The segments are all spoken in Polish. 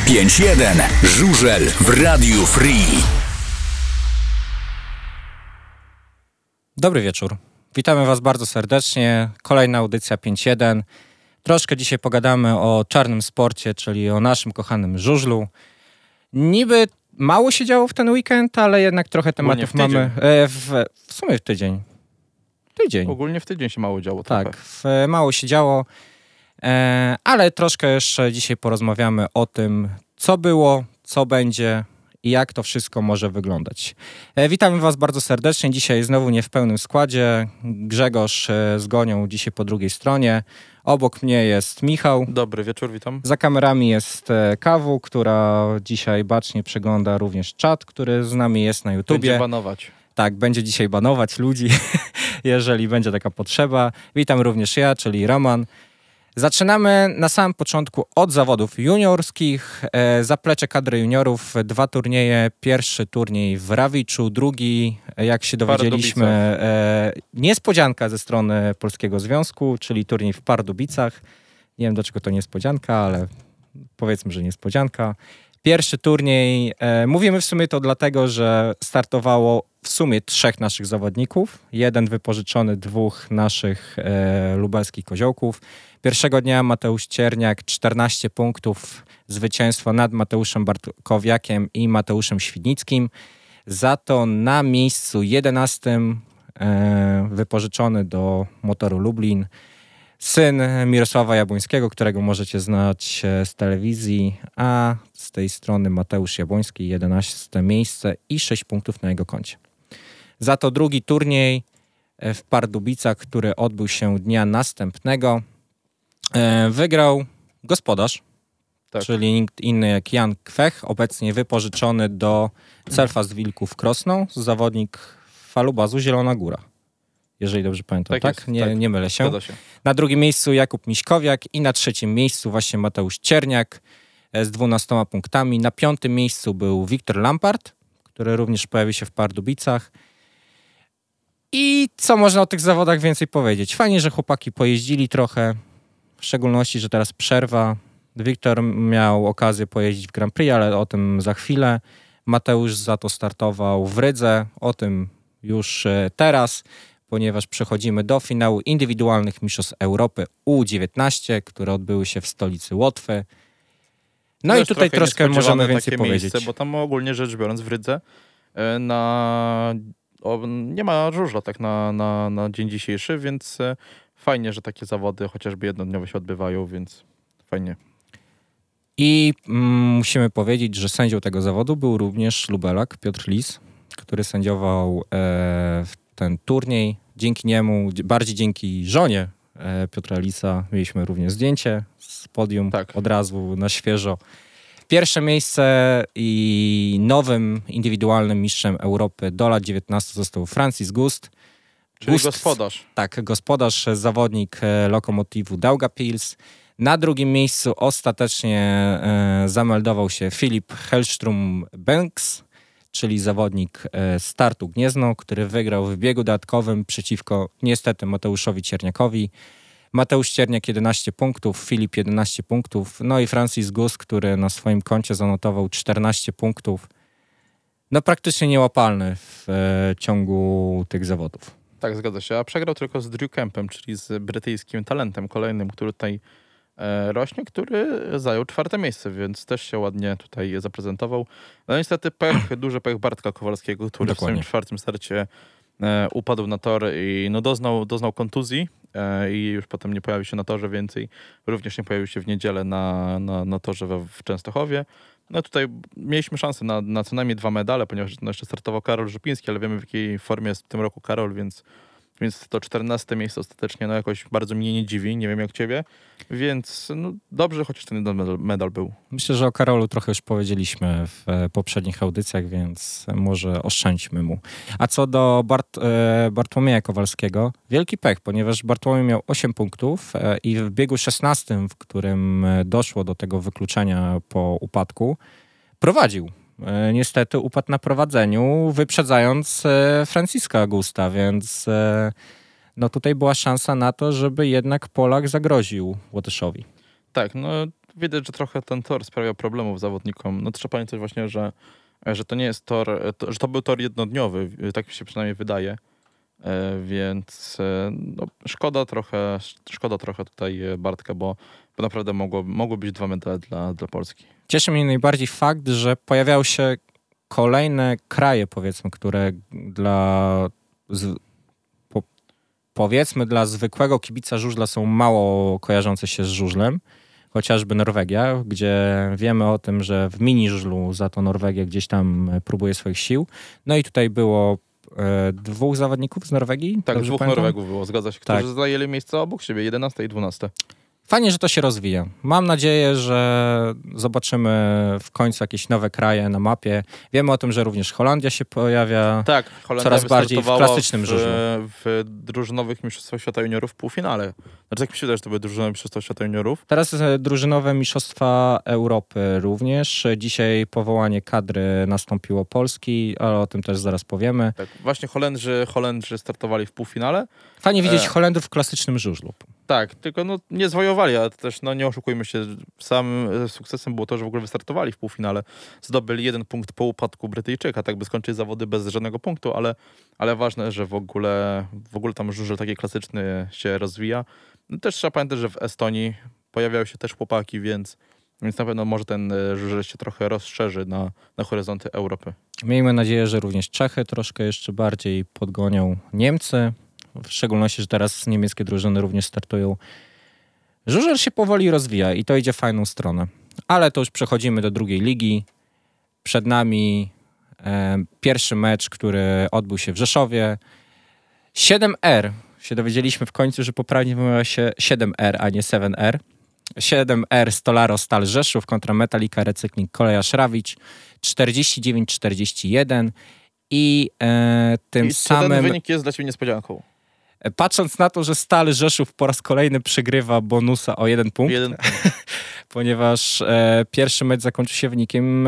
5-1. Żużel w Radiu Free. Dobry wieczór. Witamy Was bardzo serdecznie. Kolejna audycja 5-1. Troszkę dzisiaj pogadamy o czarnym sporcie, czyli o naszym kochanym żużlu. Niby mało się działo w ten weekend, ale jednak trochę tematów mamy. W sumie w tydzień. Ogólnie w tydzień się mało działo. Tak, mało się działo, ale troszkę jeszcze dzisiaj porozmawiamy o tym, co było, co będzie i jak to wszystko może wyglądać. Witamy Was bardzo serdecznie. Dzisiaj znowu nie w pełnym składzie. Grzegorz z Gonią dzisiaj po drugiej stronie. Obok mnie jest Michał. Dobry wieczór, witam. Za kamerami jest Kawu, która dzisiaj bacznie przegląda również czat, który z nami jest na YouTubie. Będzie banować. Tak, będzie dzisiaj banować ludzi, jeżeli będzie taka potrzeba. Witam również ja, czyli Roman. Zaczynamy na samym początku od zawodów juniorskich. Zaplecze kadry juniorów, 2 turnieje. Pierwszy turniej w Rawiczu, drugi, jak się dowiedzieliśmy, niespodzianka ze strony Polskiego Związku, czyli turniej w Pardubicach. Nie wiem, do czego to niespodzianka, ale powiedzmy, że niespodzianka. Pierwszy turniej, mówimy w sumie to dlatego, że startowało w sumie 3 naszych zawodników. Jeden wypożyczony 2 naszych lubelskich koziołków. Pierwszego dnia Mateusz Cierniak, 14 punktów, zwycięstwo nad Mateuszem Bartkowiakiem i Mateuszem Świdnickim. Za to na miejscu 11 wypożyczony do Motoru Lublin syn Mirosława Jabłońskiego, którego możecie znać z telewizji, a z tej strony Mateusz Jabłoński, 11 miejsce i 6 punktów na jego koncie. Za to drugi turniej w Pardubicach, który odbył się dnia następnego, wygrał gospodarz, tak, czyli nikt inny jak Jan Kwech, obecnie wypożyczony do Celfast Wilków Krosno, zawodnik Falubazu Zielona Góra. Jeżeli dobrze pamiętam, tak? Nie mylę się. Na drugim miejscu Jakub Miśkowiak i na trzecim miejscu właśnie Mateusz Cierniak z 12 punktami. Na 5. miejscu był Wiktor Lampart, który również pojawił się w Pardubicach. I co można o tych zawodach więcej powiedzieć? Fajnie, że chłopaki pojeździli trochę, w szczególności, że teraz przerwa. Wiktor miał okazję pojeździć w Grand Prix, ale o tym za chwilę. Mateusz za to startował w Rydze, o tym już teraz, ponieważ przechodzimy do finału indywidualnych Mistrzostw Europy U19, które odbyły się w stolicy Łotwy. No i tutaj troszkę możemy więcej powiedzieć. Miejsce, bo tam ogólnie rzecz biorąc w Rydze nie ma żużla tak na dzień dzisiejszy, więc fajnie, że takie zawody chociażby jednodniowe się odbywają, więc fajnie. I musimy powiedzieć, że sędzią tego zawodu był również Lubelak Piotr Lis, który sędziował ten turniej. Dzięki niemu, bardziej dzięki żonie Piotra Lisa, mieliśmy również zdjęcie z podium, tak, od razu na świeżo. Pierwsze miejsce i nowym indywidualnym mistrzem Europy do lat 19 został Francis Gust. Czyli gospodarz. Tak, gospodarz, zawodnik Lokomotivu Daugavpils. Na drugim miejscu ostatecznie zameldował się Filip Hellström-Banks, czyli zawodnik Startu Gniezno, który wygrał w biegu dodatkowym przeciwko niestety Mateuszowi Cierniakowi. Mateusz Cierniak 11 punktów, Filip 11 punktów, no i Francis Gust, który na swoim koncie zanotował 14 punktów. No praktycznie niełapalny w ciągu tych zawodów. Tak, zgadza się. A przegrał tylko z Drew Kempem, czyli z brytyjskim talentem kolejnym, który tutaj rośnie, który zajął 4. miejsce, więc też się ładnie tutaj zaprezentował. No niestety duży pech Bartka Kowalskiego, który dokładnie w swoim 4. starcie upadł na tor i no doznał kontuzji i już potem nie pojawił się na torze więcej. Również nie pojawił się w niedzielę na torze w Częstochowie. No tutaj mieliśmy szansę na co najmniej 2 medale, ponieważ jeszcze startował Karol Rzepiński, ale wiemy w jakiej formie jest w tym roku Karol, więc to 14. miejsce ostatecznie no jakoś bardzo mnie nie dziwi, nie wiem jak ciebie, więc no dobrze, chociaż ten medal był. Myślę, że o Karolu trochę już powiedzieliśmy w poprzednich audycjach, więc może oszczędźmy mu. A co do Bartłomieja Kowalskiego, wielki pech, ponieważ Bartłomiej miał 8 punktów i w biegu 16, w którym doszło do tego wykluczenia po upadku, prowadził. Niestety upadł na prowadzeniu, wyprzedzając Franciska Gusta, więc no tutaj była szansa na to, żeby jednak Polak zagroził Łotyszowi. Tak, no widać, że trochę ten tor sprawia problemów zawodnikom. No trzeba pamiętać właśnie, że to nie jest tor, że to był tor jednodniowy, tak mi się przynajmniej wydaje. Więc no, szkoda trochę tutaj Bartka, bo naprawdę mogło być 2 medale dla Polski. Cieszy mnie najbardziej fakt, że pojawiały się kolejne kraje, powiedzmy, które powiedzmy dla zwykłego kibica żużla są mało kojarzące się z żużlem. Chociażby Norwegia, gdzie wiemy o tym, że w mini żużlu za to Norwegia gdzieś tam próbuje swoich sił. No i tutaj było 2 zawodników z Norwegii. Tak, 2 pamiętam? Norwegów było, zgadza się, którzy zajęli miejsca obok siebie, 11 i 12. Fajnie, że to się rozwija. Mam nadzieję, że zobaczymy w końcu jakieś nowe kraje na mapie. Wiemy o tym, że również Holandia się pojawia. Tak, Holandia coraz bardziej w klasycznym żużlu. W drużynowych mistrzostwach świata juniorów w półfinale. Znaczy, tak mi się wydaje, że to były drużynowe mistrzostwa świata juniorów. Teraz drużynowe mistrzostwa Europy również. Dzisiaj powołanie kadry nastąpiło Polski, ale o tym też zaraz powiemy. Tak, właśnie Holendrzy startowali w półfinale. Fajnie widzieć Holendrów w klasycznym żużlu. Tak, tylko no, nie zwojowali, ale też no, nie oszukujmy się, samym sukcesem było to, że w ogóle wystartowali w półfinale. Zdobyli 1 punkt po upadku Brytyjczyka, tak by skończyli zawody bez żadnego punktu, ale ważne, że w ogóle tam żużel taki klasyczny się rozwija. No, też trzeba pamiętać, że w Estonii pojawiają się też chłopaki, więc na pewno może ten żużel się trochę rozszerzy na horyzonty Europy. Miejmy nadzieję, że również Czechy troszkę jeszcze bardziej podgonią Niemcy. W szczególności, że teraz niemieckie drużyny również startują. Żużel się powoli rozwija i to idzie w fajną stronę. Ale to już przechodzimy do drugiej ligi. Przed nami pierwszy mecz, który odbył się w Rzeszowie. 7R. Się dowiedzieliśmy w końcu, że poprawnie wymawia się 7R, a nie 7R. 7R Stolaro Stal Rzeszów kontra Metalika Recykling Kolejarz Rawicz 49-41 i tym samym... ten wynik jest dla ciebie niespodzianką. Patrząc na to, że Stal Rzeszów po raz kolejny przegrywa bonusa o 1 punkt, ponieważ pierwszy mecz zakończył się wynikiem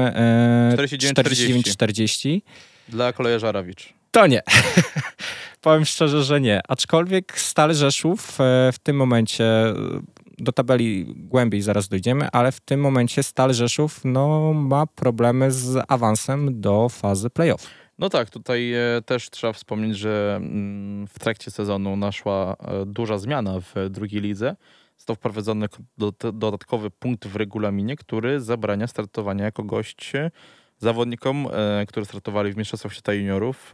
49-40. Dla Kolejarza Rawicz. To nie. Powiem szczerze, że nie. Aczkolwiek Stal Rzeszów w tym momencie, do tabeli głębiej zaraz dojdziemy, ale w tym momencie Stal Rzeszów ma problemy z awansem do fazy play-off. No tak, tutaj też trzeba wspomnieć, że w trakcie sezonu naszła duża zmiana w drugiej lidze. Został wprowadzony dodatkowy punkt w regulaminie, który zabrania startowania jako gość zawodnikom, którzy startowali w Mistrzostwach Świata Juniorów,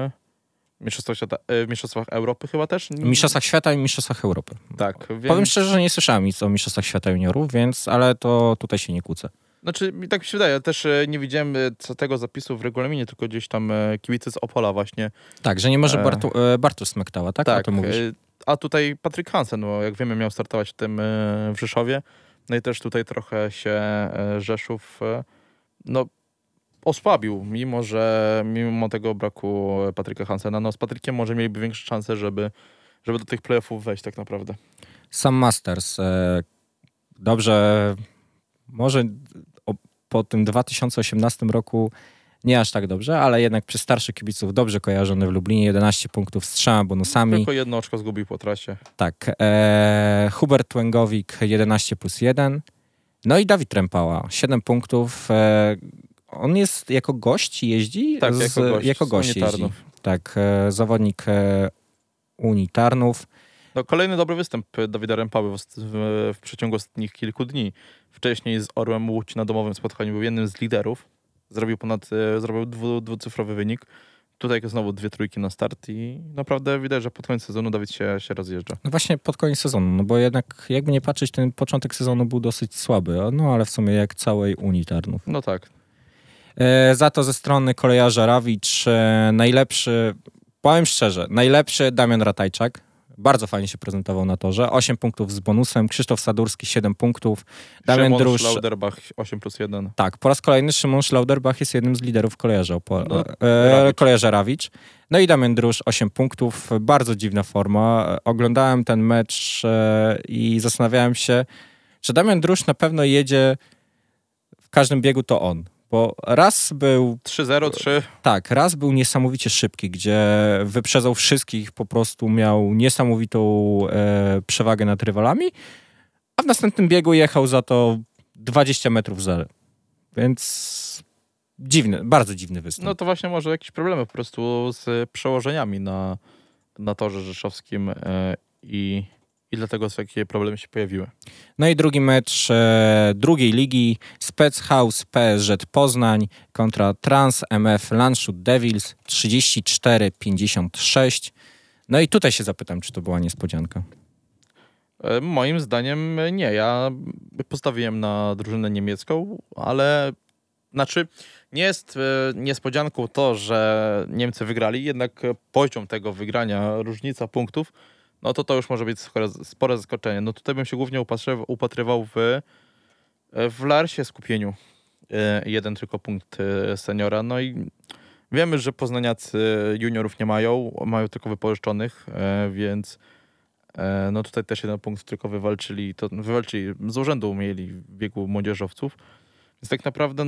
w Mistrzostwach Europy chyba też? W Mistrzostwach Świata i Mistrzostwach Europy. Tak. Więc... Powiem szczerze, że nie słyszałem nic o Mistrzostwach Świata Juniorów, ale to tutaj się nie kłócę. Znaczy, tak mi się wydaje, też nie widziałem tego zapisu w regulaminie, tylko gdzieś tam kibice z Opola właśnie. Tak, że nie może Bartosz Smektała, tak? Tak, o tym mówisz. a tutaj Patryk Hansen, jak wiemy, miał startować w tym w Rzeszowie. No i też tutaj trochę się Rzeszów osłabił, mimo tego braku Patryka Hansena. No z Patrykiem może mieliby większe szanse, żeby do tych playoffów wejść tak naprawdę. Sam Masters. Dobrze, może po tym 2018 roku nie aż tak dobrze, ale jednak przez starszych kibiców dobrze kojarzony w Lublinie. 11 punktów z 3 bonusami. Tylko 1 oczko zgubił po trasie. Tak. Hubert Łęgowik 11+1. No i Dawid Rempała 7 punktów. On jest jako gość jeździ? Tak, jako gość jeździ. Tak, zawodnik Unii Tarnów. No, kolejny dobry występ Dawida Rempały w przeciągu ostatnich kilku dni. Wcześniej z Orłem Łódź na domowym spotkaniu był jednym z liderów. Zrobił dwucyfrowy wynik. Tutaj znowu 2 trójki na start i naprawdę widać, że pod koniec sezonu Dawid się rozjeżdża. No właśnie pod koniec sezonu, bo jednak jakby nie patrzeć, ten początek sezonu był dosyć słaby, ale w sumie jak całej Unii Tarnów. No tak. Za to ze strony Kolejarza Rawicz najlepszy, powiem szczerze, Damian Ratajczak. Bardzo fajnie się prezentował na torze. 8 punktów z bonusem. Krzysztof Sadurski 7 punktów. Damian Szymon Drusz... Schlauderbach 8+1. Tak, po raz kolejny Szymon Schlauderbach jest jednym z liderów Kolejarza Rawicz. No i Damian Drusz 8 punktów. Bardzo dziwna forma. Oglądałem ten mecz i zastanawiałem się, czy Damian Drusz na pewno jedzie w każdym biegu to on. Bo raz był... 3-0-3. Tak, raz był niesamowicie szybki, gdzie wyprzedzał wszystkich, po prostu miał niesamowitą przewagę nad rywalami, a w następnym biegu jechał za to 20 metrów za. Więc dziwny, bardzo dziwny występ. No to właśnie może jakieś problemy po prostu z przełożeniami na torze rzeszowskim i dlatego takie problemy się pojawiły. No i drugi mecz drugiej ligi Specchaus PSG Poznań kontra Trans MF Landshut Devils 34-56. No i tutaj się zapytam, czy to była niespodzianka. Moim zdaniem nie. Ja postawiłem na drużynę niemiecką, ale nie jest niespodzianką to, że Niemcy wygrali, jednak poziom tego wygrania, różnica punktów, no to już może być spore zaskoczenie. No tutaj bym się głównie upatrywał w Larsie skupieniu. Jeden tylko punkt seniora. No i wiemy, że poznaniacy juniorów nie mają tylko wypożyczonych, więc no tutaj też jeden punkt tylko wywalczyli z urzędu mieli w biegu młodzieżowców. Więc tak naprawdę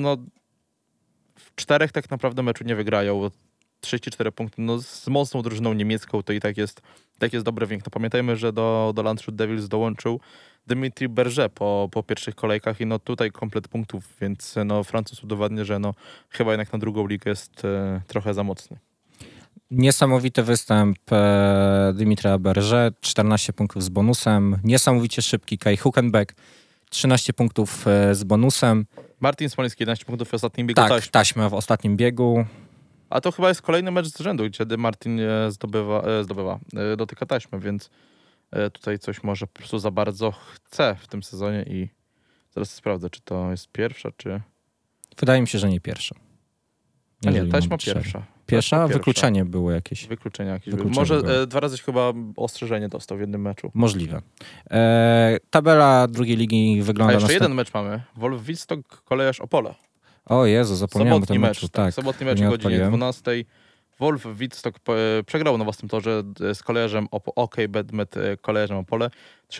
w 4 tak naprawdę meczu nie wygrają. 34 punkty, z mocną drużyną niemiecką to i tak jest dobry wynik. No pamiętajmy, że do Landshut Devils dołączył Dimitri Berger po pierwszych kolejkach i tutaj komplet punktów, więc Francuz udowadnia, że chyba jednak na drugą ligę jest trochę za mocny. Niesamowity występ Dimitra Berger, 14 punktów z bonusem. Niesamowicie szybki Kai Huckenbeck, 13 punktów z bonusem. Martin Smoliński, 11 punktów w ostatnim biegu. Tak, taśmę w ostatnim biegu. A to chyba jest kolejny mecz z rzędu, kiedy Martin dotyka taśmy, więc tutaj coś może po prostu za bardzo chce w tym sezonie i zaraz sprawdzę, czy to jest pierwsza, czy... Wydaje mi się, że nie pierwsza. A nie, taśma pierwsza. Pierwsza? Wykluczenie było jakieś. Wykluczenie jakieś. Może 2 razy chyba ostrzeżenie dostał w jednym meczu. Możliwe. Tabela drugiej ligi wygląda... A jeszcze jeden mecz mamy. Wolf Widstok, Kolejarz Opole. O Jezu, zapomniałem o tym mecz, meczu. Tak, sobotni mecz o godzinie 12. Wolf Widstok przegrał na własnym torze z Kolejarzem Bedmet Kolejarzem Opole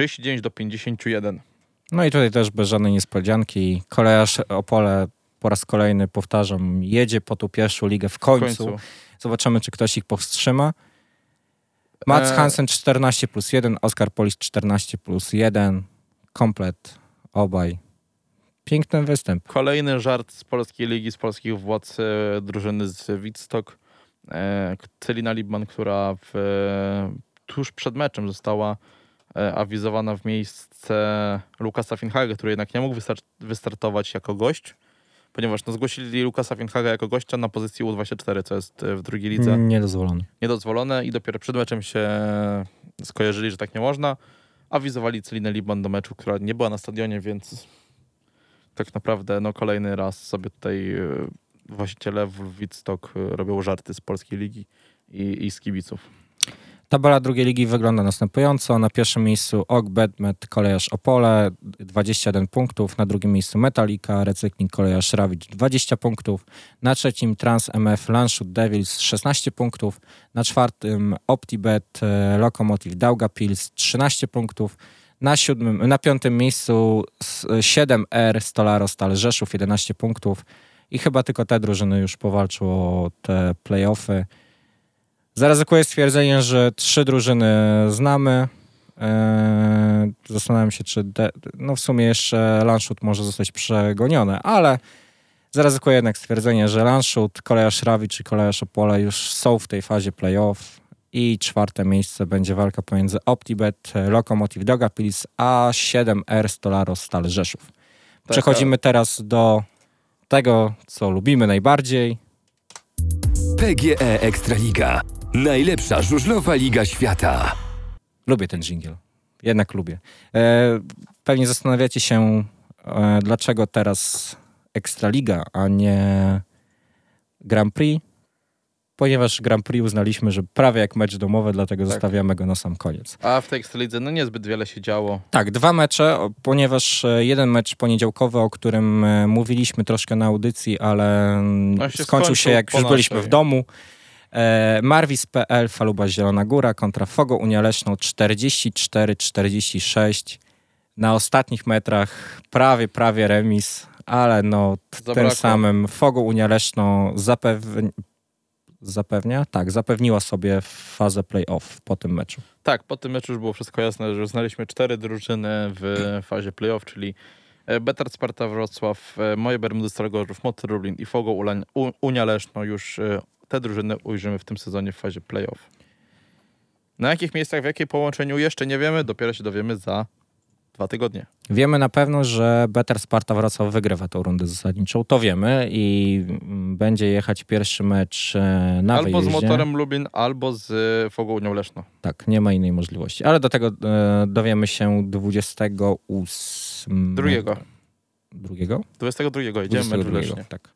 39-51. No i tutaj też bez żadnej niespodzianki. Kolejarz Opole po raz kolejny, powtarzam, jedzie po tą pierwszą ligę w końcu. Zobaczymy, czy ktoś ich powstrzyma. Mats Hansen 14+1, Oskar Polisz 14+1. Komplet obaj. Piękny występ. Kolejny żart z polskiej ligi, z polskich władz drużyny z Widstok. Celina Libman, która tuż przed meczem została awizowana w miejsce Lukasa Finhaga, który jednak nie mógł wystartować jako gość, ponieważ zgłosili Lukasa Finhaga jako gościa na pozycji U24, co jest w drugiej lidze niedozwolone i dopiero przed meczem się skojarzyli, że tak nie można. Awizowali Celinę Libman do meczu, która nie była na stadionie, więc tak naprawdę kolejny raz sobie tutaj właściciele w Widstok robią żarty z polskiej ligi i z kibiców. Tabela drugiej ligi wygląda następująco. Na pierwszym miejscu OK Bedmet Kolejarz Opole 21 punktów. Na drugim miejscu Metalika Recykling Kolejarz Rawicz 20 punktów. Na trzecim Trans MF Landshut Devils 16 punktów. Na czwartym OptiBet Lokomotiv Daugavpils 13 punktów. Na piątym miejscu 7R Stolaro Stal Rzeszów 11 punktów. I chyba tylko te drużyny już powalczą o te play-offy. Zaryzykuję stwierdzenie, że 3 drużyny znamy. Zastanawiam się, czy w sumie jeszcze Landshut może zostać przegonione, ale zaryzykuję jednak stwierdzenie, że Landshut, Kolejarz Rawicz i Kolejarz Opole już są w tej fazie play-off i 4. miejsce będzie walka pomiędzy OptiBet, Lokomotiv Daugavpils a 7R Stolaro Stal Rzeszów. Przechodzimy teraz do tego, co lubimy najbardziej. PGE Ekstraliga. Najlepsza żużlowa liga świata. Lubię ten dżingiel. Jednak lubię. Pewnie zastanawiacie się, dlaczego teraz Ekstraliga, a nie Grand Prix. Ponieważ Grand Prix uznaliśmy, że prawie jak mecz domowy, dlatego zostawiamy go na sam koniec. A w tej Ekstralidze niezbyt wiele się działo. Tak, 2 mecze, ponieważ jeden mecz poniedziałkowy, o którym mówiliśmy troszkę na audycji, ale skończył się jak już byliśmy w domu. Marwis.pl Faluba Zielona Góra kontra Fogo Unia Leszno 44-46. Na ostatnich metrach prawie remis, ale tym samym Fogo Unia Leszno zapewniła sobie fazę play-off po tym meczu. Tak, po tym meczu już było wszystko jasne, że uznaliśmy 4 drużyny w fazie play-off, czyli Betar Sparta Wrocław, Moje Bermudy Stalogorzów, Motor Lublin i Fogo Unia Leszno. Już te drużyny ujrzymy w tym sezonie w fazie play-off. Na jakich miejscach, w jakiej połączeniu jeszcze nie wiemy, dopiero się dowiemy za 2 tygodnie. Wiemy na pewno, że Betar Sparta Wrocław wygrywa tą rundę zasadniczą. To wiemy i będzie jechać pierwszy mecz na Albo wyjeździe. z Motorem Lublin, albo z Fogo Unią Leszno. Tak, nie ma innej możliwości. Ale do tego dowiemy się 28... Drugiego. 22? Jedziemy mecz w Lesznie. Tak.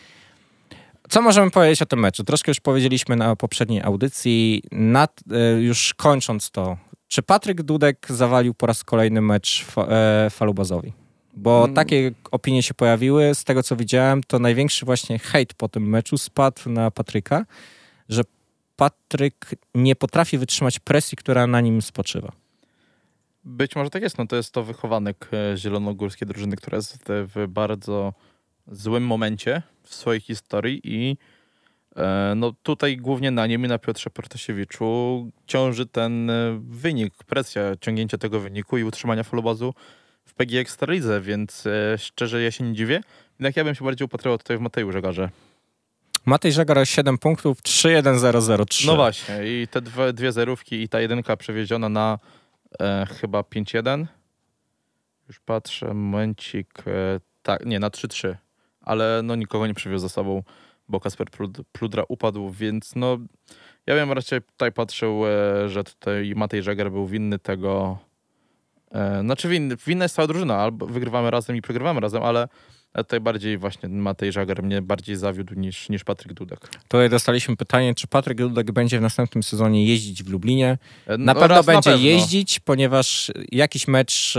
Co możemy powiedzieć o tym meczu? Troszkę już powiedzieliśmy na poprzedniej audycji. Już kończąc to, czy Patryk Dudek zawalił po raz kolejny mecz Falubazowi? Bo takie opinie się pojawiły. Z tego, co widziałem, to największy właśnie hejt po tym meczu spadł na Patryka, że Patryk nie potrafi wytrzymać presji, która na nim spoczywa. Być może tak jest. No to jest to wychowanek zielonogórskiej drużyny, która jest w bardzo złym momencie w swojej historii i no tutaj głównie na nim i na Piotrze Protasiewiczu ciąży ten wynik, presja ciągnięcia tego wyniku i utrzymania Falubazu w PGE Ekstralidze, więc szczerze ja się nie dziwię. Jednak ja bym się bardziej upatrywał tutaj w Mateju Żegarze. Matej Żegar 7 punktów, 3-1-0-0-3. No właśnie i te dwie zerówki i ta jedynka przewieziona na chyba 5-1. Już patrzę, momencik, tak, nie, na 3-3. Ale no nikogo nie przywiózł za sobą, bo Kasper Pludra upadł, więc no ja bym raczej tutaj patrzył, że tutaj Matej Żegar był winny tego, znaczy winna jest cała drużyna, albo wygrywamy razem i przegrywamy razem, ale tutaj bardziej właśnie Matej Żegar mnie bardziej zawiódł niż Patryk Dudek. Tutaj dostaliśmy pytanie, czy Patryk Dudek będzie w następnym sezonie jeździć w Lublinie. Na No pewno będzie na pewno. jeździć, ponieważ jakiś mecz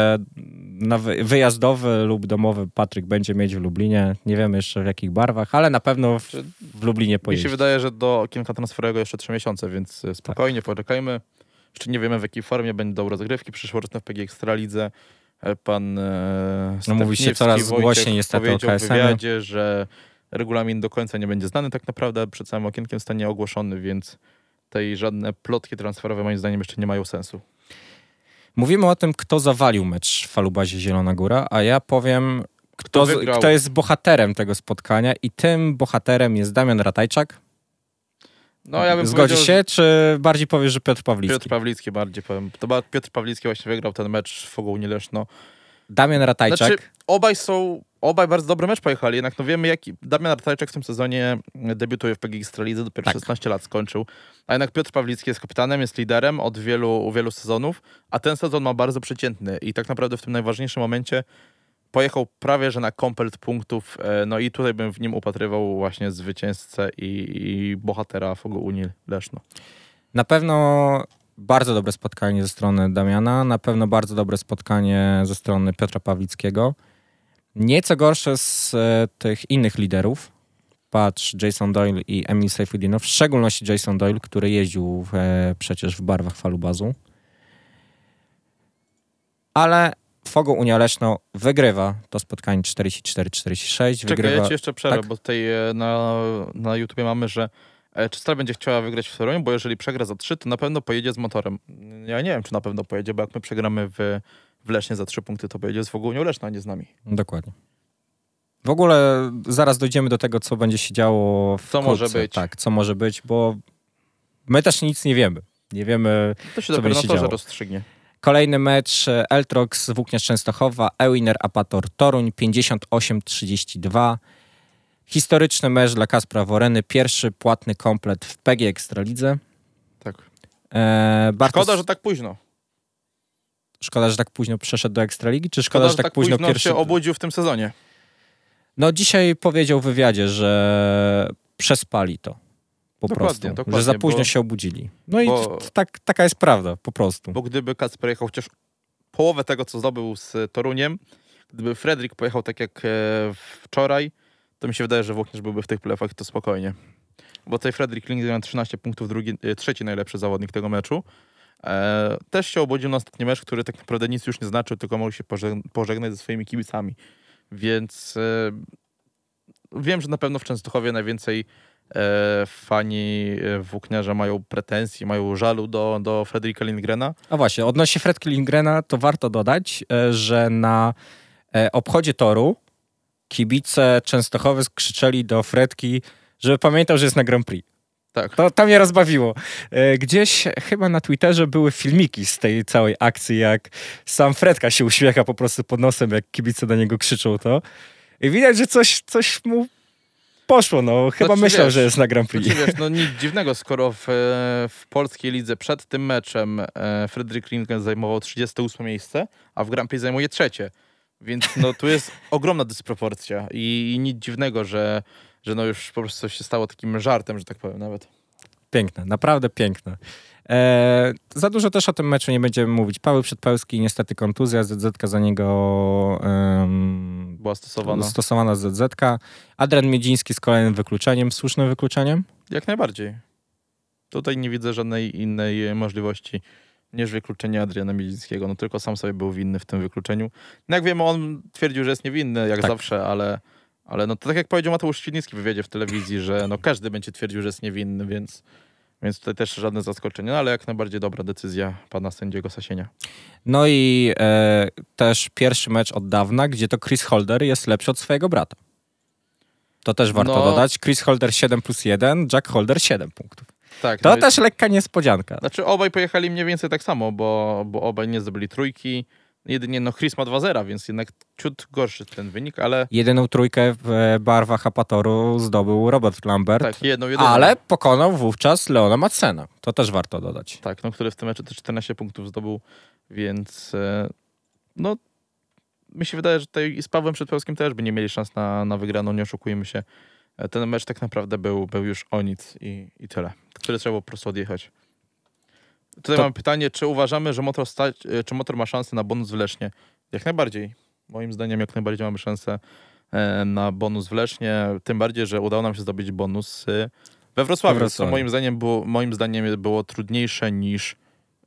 wyjazdowy lub domowy Patryk będzie mieć w Lublinie. Nie wiemy jeszcze w jakich barwach, ale na pewno w Lublinie Mi pojeździ. się wydaje, że do okienka transferowego jeszcze 3 miesiące, więc spokojnie, poczekajmy. Jeszcze nie wiemy, w jakiej formie będą rozgrywki przyszłoroczne w PGE Ekstralidze. Pan mówi się coraz Wojciech głośniej niestety o powiedział w KSM-ie. wywiadzie, że regulamin do końca nie będzie znany tak naprawdę, przed samym okienkiem zostanie ogłoszony, więc tutaj żadne plotki transferowe moim zdaniem jeszcze nie mają sensu. Mówimy o tym, kto zawalił mecz w Falubazie Zielona Góra, a ja powiem, kto jest bohaterem tego spotkania i tym bohaterem jest Damian Ratajczak. No, ja bym Zgodzisz powiedział, się, czy bardziej powiesz, że Piotr Pawlicki? Piotr Pawlicki bardziej powiem. To Piotr Pawlicki właśnie wygrał ten mecz w Fogo Unii Leszno. Damian Ratajczak. Znaczy, obaj bardzo dobry mecz pojechali, jednak no wiemy, jaki Damian Ratajczak w tym sezonie debiutuje w PGE Ekstralidze, dopiero 16 lat skończył. A jednak Piotr Pawlicki jest kapitanem, jest liderem od wielu sezonów, a ten sezon ma bardzo przeciętny i tak naprawdę w tym najważniejszym momencie pojechał prawie, że na komplet punktów, no i tutaj bym w nim upatrywał właśnie zwycięzcę i bohatera Fogo Unii Leszno. Na pewno bardzo dobre spotkanie ze strony Damiana, na pewno bardzo dobre spotkanie ze strony Piotra Pawlickiego. Nieco gorsze z tych innych liderów. Patrz, Jason Doyle i Emil Sejfudinow, w szczególności Jason Doyle, który jeździł przecież w barwach Falubazu. Ale Fogo Unia Leszno wygrywa to spotkanie 44-46. Czekaj, ja ci jeszcze przerwę, Tak? bo tutaj na YouTubie mamy, że czy Stal będzie chciała wygrać w Toruniu, bo jeżeli przegra za 3, to na pewno pojedzie z Motorem. Ja nie wiem, czy na pewno pojedzie, bo jak my przegramy w Lesznie za 3 punkty, to pojedzie z Fogo Unią Leszno, a nie z nami. Dokładnie. W ogóle zaraz dojdziemy do tego, co będzie się działo Co może być. Tak, co może być, bo my też nic nie wiemy. Nie wiemy, To się co dopiero będzie na się torze działo. rozstrzygnie. Kolejny mecz Eltrox Włókniarz Częstochowa, Ewiner Apator Toruń 58-32. Historyczny mecz dla Kaspra Woreny, pierwszy płatny komplet w PGE Ekstralidze. Tak. Szkoda, że tak późno. Szkoda, że tak późno przeszedł do Ekstraligi, czy szkoda, że tak późno pierwszy... się obudził w tym sezonie. No dzisiaj powiedział w wywiadzie, że przespali to. Po Dokładnie, prostu. Że za późno się obudzili. No i taka jest prawda, po prostu. Bo gdyby Kacper jechał chociaż połowę tego, co zdobył z Toruniem, gdyby Fredrik pojechał tak jak wczoraj, to mi się wydaje, że Włókniarz byłby w tych playoffach to spokojnie. Bo tutaj Fredrik Lindgren ma 13 punktów, trzeci najlepszy zawodnik tego meczu. Też się obudził na ostatni mecz, który tak naprawdę nic już nie znaczył, tylko mógł się pożegnać ze swoimi kibicami. Więc wiem, że na pewno w Częstochowie najwięcej fani Włókniarza mają pretensji, mają żalu do Fredrika Lindgrena. A właśnie, odnośnie Fredrika Lindgrena to warto dodać, że na obchodzie toru kibice Częstochowy krzyczeli do Fredki, żeby pamiętał, że jest na Grand Prix. Tak. To mnie rozbawiło. Gdzieś chyba na Twitterze były filmiki z tej całej akcji, jak sam Fredka się uśmiecha po prostu pod nosem, jak kibice do niego krzyczą to. I widać, że coś mu poszło, no. Chyba Znaczy, myślał, wiesz, że jest na Grand Prix. Znaczy, wiesz, no nic dziwnego, skoro w polskiej lidze przed tym meczem Fredrik Lindgren zajmował 38 miejsce, a w Grand Prix zajmuje 3. Więc no tu jest ogromna dysproporcja i nic dziwnego, że no już po prostu coś się stało takim żartem, że tak powiem nawet. Piękne, naprawdę piękne. Za dużo też o tym meczu nie będziemy mówić. Paweł Przedpełski, niestety kontuzja, ZZ-ka za niego Była stosowana ZZ-ka. Adrian Miedziński z kolejnym wykluczeniem, słusznym wykluczeniem? Jak najbardziej. Tutaj nie widzę żadnej innej możliwości niż wykluczenie Adriana Miedzińskiego. No tylko sam sobie był winny w tym wykluczeniu. No jak wiemy, on twierdził, że jest niewinny, jak zawsze, ale no to tak jak powiedział Mateusz Świdnicki w wywiadzie w telewizji, że no każdy będzie twierdził, że jest niewinny, więc tutaj też żadne zaskoczenie, no ale jak najbardziej dobra decyzja pana sędziego Sasienia. No i też pierwszy mecz od dawna, gdzie to Chris Holder jest lepszy od swojego brata. To też warto dodać. Chris Holder 7+1, Jack Holder 7 punktów. Tak, to też lekka niespodzianka. Znaczy obaj pojechali mniej więcej tak samo, bo obaj nie zdobyli trójki. Jedynie no Chris ma 2-0, więc jednak ciut gorszy ten wynik, ale... Jedyną trójkę w barwach Apatoru zdobył Robert Lambert. Tak, jedyną. Ale pokonał wówczas Leona Madsena. To też warto dodać. Tak, no który w tym meczu też 14 punktów zdobył, więc no mi się wydaje, że tutaj z Pawłem Przedpełskim też by nie mieli szans na wygraną, nie oszukujmy się. Ten mecz tak naprawdę był już o nic i tyle. Które trzeba było po prostu odjechać. Tutaj mam pytanie, czy uważamy, że czy motor ma szansę na bonus w Lesznie? Jak najbardziej. Moim zdaniem jak najbardziej mamy szansę na bonus w Lesznie. Tym bardziej, że udało nam się zdobyć bonus we Wrocławiu. Co moim zdaniem było trudniejsze niż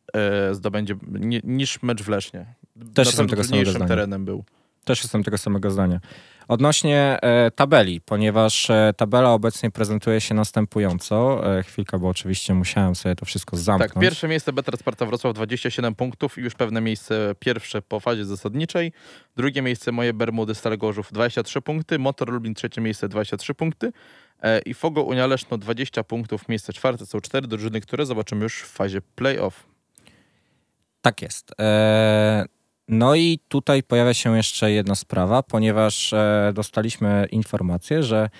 niż mecz w Lesznie. Też jestem tego samego zdania. Terenem był. Też jestem tego samego zdania. Odnośnie tabeli, ponieważ tabela obecnie prezentuje się następująco. Chwilkę, bo oczywiście musiałem sobie to wszystko zamknąć. Tak, pierwsze miejsce Betar Sparta Wrocław 27 punktów i już pewne miejsce pierwsze po fazie zasadniczej. Drugie miejsce Moje Bermudy Stal Gorzów 23 punkty. Motor Lublin trzecie miejsce 23 punkty. I Fogo Unia Leszno 20 punktów. Miejsce czwarte. Są 4 drużyny, które zobaczymy już w fazie play-off. Tak jest. No i tutaj pojawia się jeszcze jedna sprawa, ponieważ dostaliśmy informację, że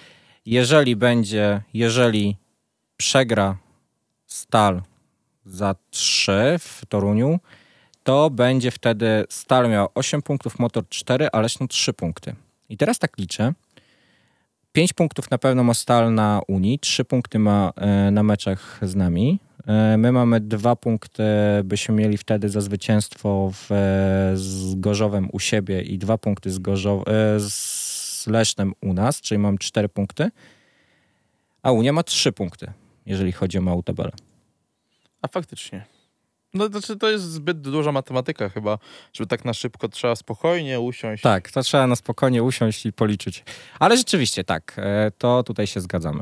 jeżeli przegra Stal za 3 w Toruniu, to będzie wtedy Stal miał 8 punktów, Motor 4, a Leszno 3 punkty. I teraz tak liczę. 5 punktów na pewno ma Stal na Unii, 3 punkty ma na meczach z nami. My mamy 2 punkty, byśmy mieli wtedy za zwycięstwo z Gorzowem u siebie i 2 punkty z Lesznem u nas, czyli mam 4 punkty. A Unia ma 3 punkty, jeżeli chodzi o małą tabelę. A faktycznie. No znaczy to jest zbyt duża matematyka chyba, żeby tak na szybko trzeba spokojnie usiąść. Tak, to trzeba na spokojnie usiąść i policzyć. Ale rzeczywiście tak, to tutaj się zgadzamy.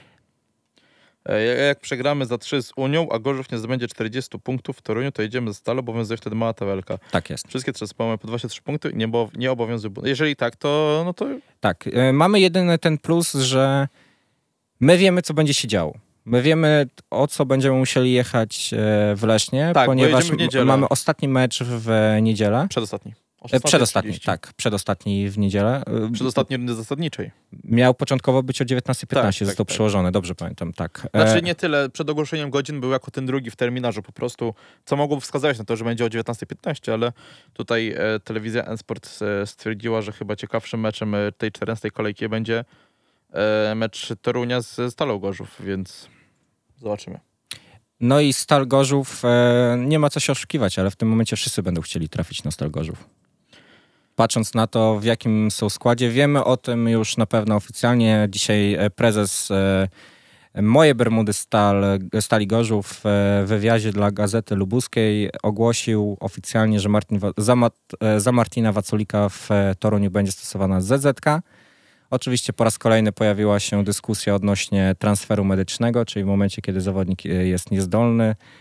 Jak przegramy za 3 z Unią, a Gorzów nie zdobędzie 40 punktów w Toruniu, to jedziemy za Stalą, obowiązuje wtedy mała tabelka. Tak jest. Wszystkie 3 mamy po 23 punkty, nie obowiązuje. Jeżeli tak, to no to... Tak, mamy jedyny ten plus, że my wiemy, co będzie się działo. My wiemy, o co będziemy musieli jechać w Lesznie, tak, ponieważ mamy ostatni mecz w niedzielę. Przedostatni w niedzielę. Przedostatniej rundy zasadniczej. Miał początkowo być o 19:15, został tak. przełożony, dobrze pamiętam, tak. Znaczy nie tyle, przed ogłoszeniem godzin był jako ten drugi w terminarzu po prostu, co mogło wskazywać na to, że będzie o 19:15, ale tutaj telewizja N-Sport stwierdziła, że chyba ciekawszym meczem tej 14 kolejki będzie mecz Torunia z Stalą Gorzów, więc zobaczymy. No i Stal Gorzów, nie ma co się oszukiwać, ale w tym momencie wszyscy będą chcieli trafić na Stal Gorzów. Patrząc na to, w jakim są składzie, wiemy o tym już na pewno oficjalnie. Dzisiaj prezes Moje Bermudy Stali Gorzów w wywiadzie dla Gazety Lubuskiej ogłosił oficjalnie, że za Martina Waculika w Toruniu będzie stosowana ZZ-ka. Oczywiście po raz kolejny pojawiła się dyskusja odnośnie transferu medycznego, czyli w momencie, kiedy zawodnik jest niezdolny,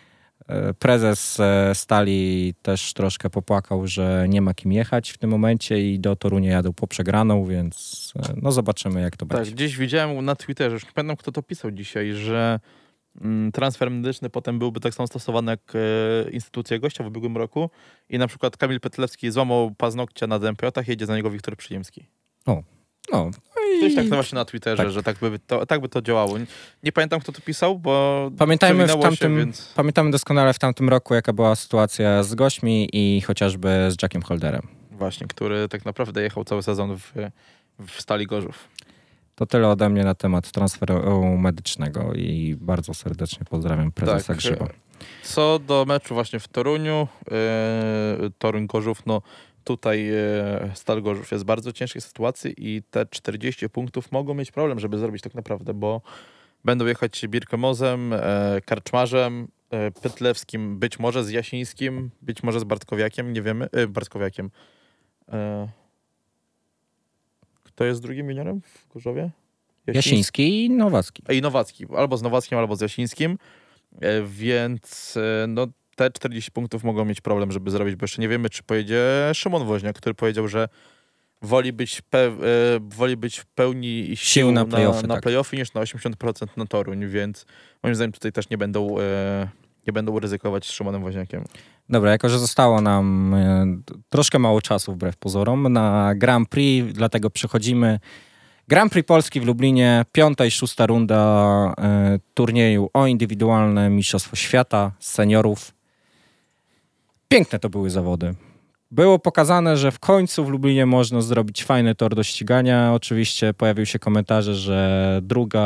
Prezes Stali też troszkę popłakał, że nie ma kim jechać w tym momencie i do Torunia jadą po przegraną, więc no zobaczymy, jak to Tak, będzie. gdzieś widziałem na Twitterze, już nie pamiętam, kto to pisał dzisiaj, że transfer medyczny potem byłby tak samo stosowany jak instytucja gościa w ubiegłym roku i na przykład Kamil Petlewski złamał paznokcia na DMPJ-ach, jedzie za niego Wiktor Przyjemski. No Coś tak i no właśnie na Twitterze, tak. że tak by to działało. Nie pamiętam, kto to pisał, bo pamiętajmy, więc... pamiętamy doskonale w tamtym roku, jaka była sytuacja z gośćmi i chociażby z Jackiem Holderem. Właśnie, który tak naprawdę jechał cały sezon w Stali Gorzów. To tyle ode mnie na temat transferu medycznego i bardzo serdecznie pozdrawiam prezesa Grzyba. Co do meczu właśnie w Toruniu, Toruń-Gorzów, no tutaj Stal Gorzów jest w bardzo ciężkiej sytuacji i te 40 punktów mogą mieć problem, żeby zrobić tak naprawdę, bo będą jechać Birkemozem, Karczmarzem, Pytlewskim, być może z Jasińskim, być może z Bartkowiakiem, nie wiemy. Bartkowiakiem. Kto jest drugim juniorem w Gorzowie? Jasiński i Nowacki. I Nowacki. Albo z Nowackim, albo z Jasińskim. Więc no, te 40 punktów mogą mieć problem, żeby zrobić, bo jeszcze nie wiemy, czy pojedzie Szymon Woźniak, który powiedział, że woli być w pełni sił na play-offy, tak. play-offy niż na 80% na Toruń, więc moim zdaniem tutaj też nie będą ryzykować z Szymonem Woźniakiem. Dobra, jako że zostało nam troszkę mało czasu wbrew pozorom na Grand Prix, dlatego przechodzimy. Grand Prix Polski w Lublinie, 5. i 6. runda turnieju o indywidualne Mistrzostwo Świata seniorów. Piękne to były zawody. Było pokazane, że w końcu w Lublinie można zrobić fajny tor do ścigania. Oczywiście pojawiły się komentarze, że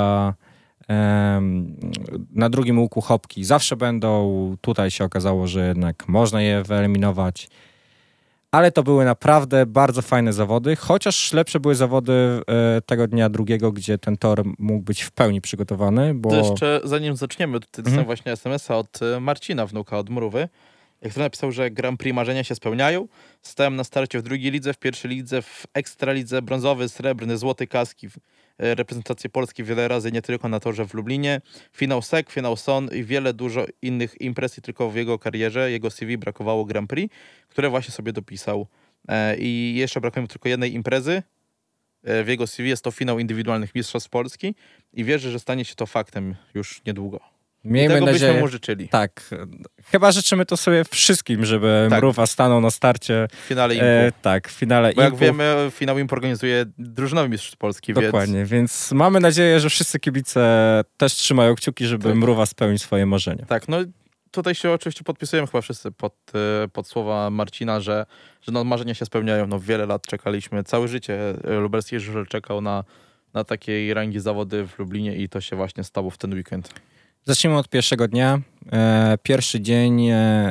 na drugim łuku chopki zawsze będą. Tutaj się okazało, że jednak można je wyeliminować. Ale to były naprawdę bardzo fajne zawody, chociaż lepsze były zawody tego dnia drugiego, gdzie ten tor mógł być w pełni przygotowany, bo... To jeszcze zanim zaczniemy, tutaj dostałem właśnie SMS-a od Marcina, wnuka od Mrówy, który napisał, że Grand Prix marzenia się spełniają. Stałem na starcie w drugiej lidze, w pierwszej lidze, w ekstralidze, brązowy, srebrny, złoty kaski, reprezentację Polski wiele razy, nie tylko na torze w Lublinie. Finał SEK, finał SON i dużo innych imprez i tylko w jego karierze, jego CV brakowało Grand Prix, które właśnie sobie dopisał. I jeszcze brakuje mu tylko jednej imprezy. W jego CV jest to finał indywidualnych Mistrzostw Polski i wierzę, że stanie się to faktem już niedługo. Miejmy tego nadzieję, byśmy mu życzyli. Tak. Chyba życzymy to sobie wszystkim, żeby Mrówa stanął na starcie. W finale IMPU. Tak, w finale Bo jak IMPU. wiemy, finał IMPU organizuje drużynowy mistrz Polski. Dokładnie, więc mamy nadzieję, że wszyscy kibice też trzymają kciuki, żeby Mrówa spełnił swoje marzenia. Tak, no tutaj się oczywiście podpisujemy chyba wszyscy pod słowa Marcina, że no, marzenia się spełniają. No wiele lat czekaliśmy, całe życie lubelski żużel czekał na takiej rangi zawody w Lublinie i to się właśnie stało w ten weekend. Zacznijmy od pierwszego dnia. Pierwszy dzień,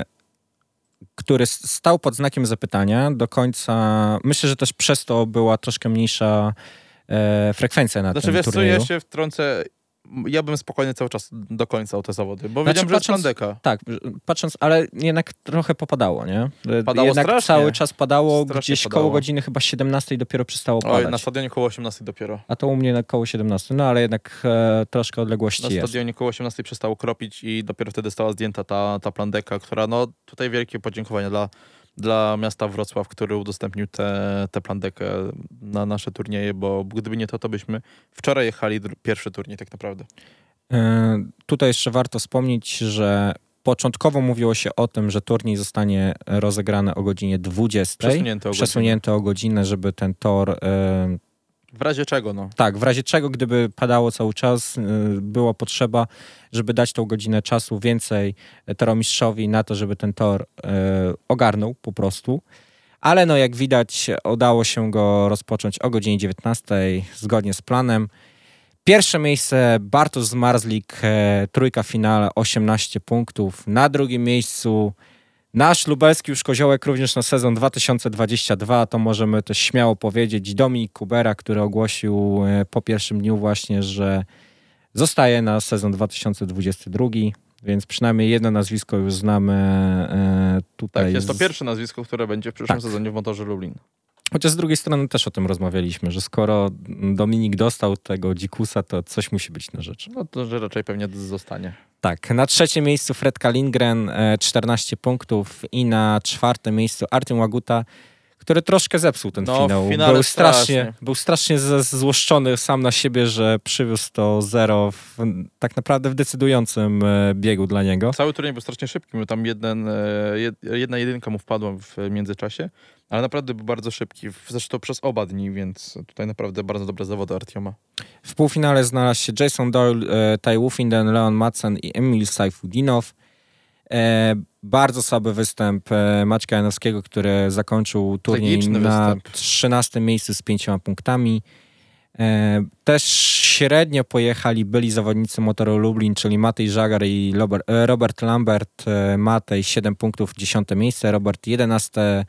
który stał pod znakiem zapytania do końca. Myślę, że też przez to była troszkę mniejsza frekwencja na tym Wiesz co, turnieju. ja się wtrącę. Ja bym spokojnie cały czas do końca o te zawody, bo Znaczy, wiedziałem, że jest Plandeka. Tak, patrząc, ale jednak trochę popadało, nie? Padało jednak strasznie. Cały czas padało, Strasznie gdzieś padało. koło godziny chyba 17 dopiero przestało padać. Oj, na stadionie koło 18 dopiero. A to u mnie koło 17, no ale jednak troszkę odległości Na jest. stadionie koło 18 przestało kropić i dopiero wtedy została zdjęta ta Plandeka, która no tutaj wielkie podziękowania dla miasta Wrocław, który udostępnił tę Plandekę na nasze turnieje, bo gdyby nie to byśmy wczoraj jechali pierwszy turniej tak naprawdę. Tutaj jeszcze warto wspomnieć, że początkowo mówiło się o tym, że turniej zostanie rozegrany o godzinie 20. Przesunięty o godzinę, żeby ten tor... W razie czego, no. Tak, w razie czego, gdyby padało cały czas, była potrzeba, żeby dać tą godzinę czasu więcej toromistrzowi na to, żeby ten tor ogarnął po prostu. Ale no jak widać, udało się go rozpocząć o godzinie 19, zgodnie z planem. Pierwsze miejsce Bartosz Zmarzlik, trójka w finale, 18 punktów. Na drugim miejscu nasz lubelski już koziołek również na sezon 2022, to możemy też śmiało powiedzieć, Dominik Kubera, który ogłosił po pierwszym dniu właśnie, że zostaje na sezon 2022, więc przynajmniej jedno nazwisko już znamy tutaj. Tak, jest to pierwsze nazwisko, które będzie w przyszłym sezonie w Motorze Lublin. Chociaż z drugiej strony też o tym rozmawialiśmy, że skoro Dominik dostał tego dzikusa, to coś musi być na rzecz. No to, że raczej pewnie zostanie. Tak, na trzecim miejscu Fredka Lindgren, 14 punktów i na czwartym miejscu Artem Łaguta, który troszkę zepsuł ten finał. w finale Był strasznie złoszczony sam na siebie, że przywiózł to zero tak naprawdę w decydującym biegu dla niego. Cały turniej był strasznie szybki, bo tam jedna jedynka mu wpadła w międzyczasie, ale naprawdę był bardzo szybki, zresztą przez oba dni, więc tutaj naprawdę bardzo dobre zawody Artioma. W półfinale znalazł się Jason Doyle, Tai Woffinden, Leon Madsen i Emil Sajfudinow. Bardzo słaby występ Maćka Janowskiego, który zakończył turniej na 13 miejscu z 5 punktami. Też średnio pojechali byli zawodnicy Motoru Lublin, czyli Matej Żagar i Robert Lambert. Matej 7 punktów, 10 miejsce, Robert 11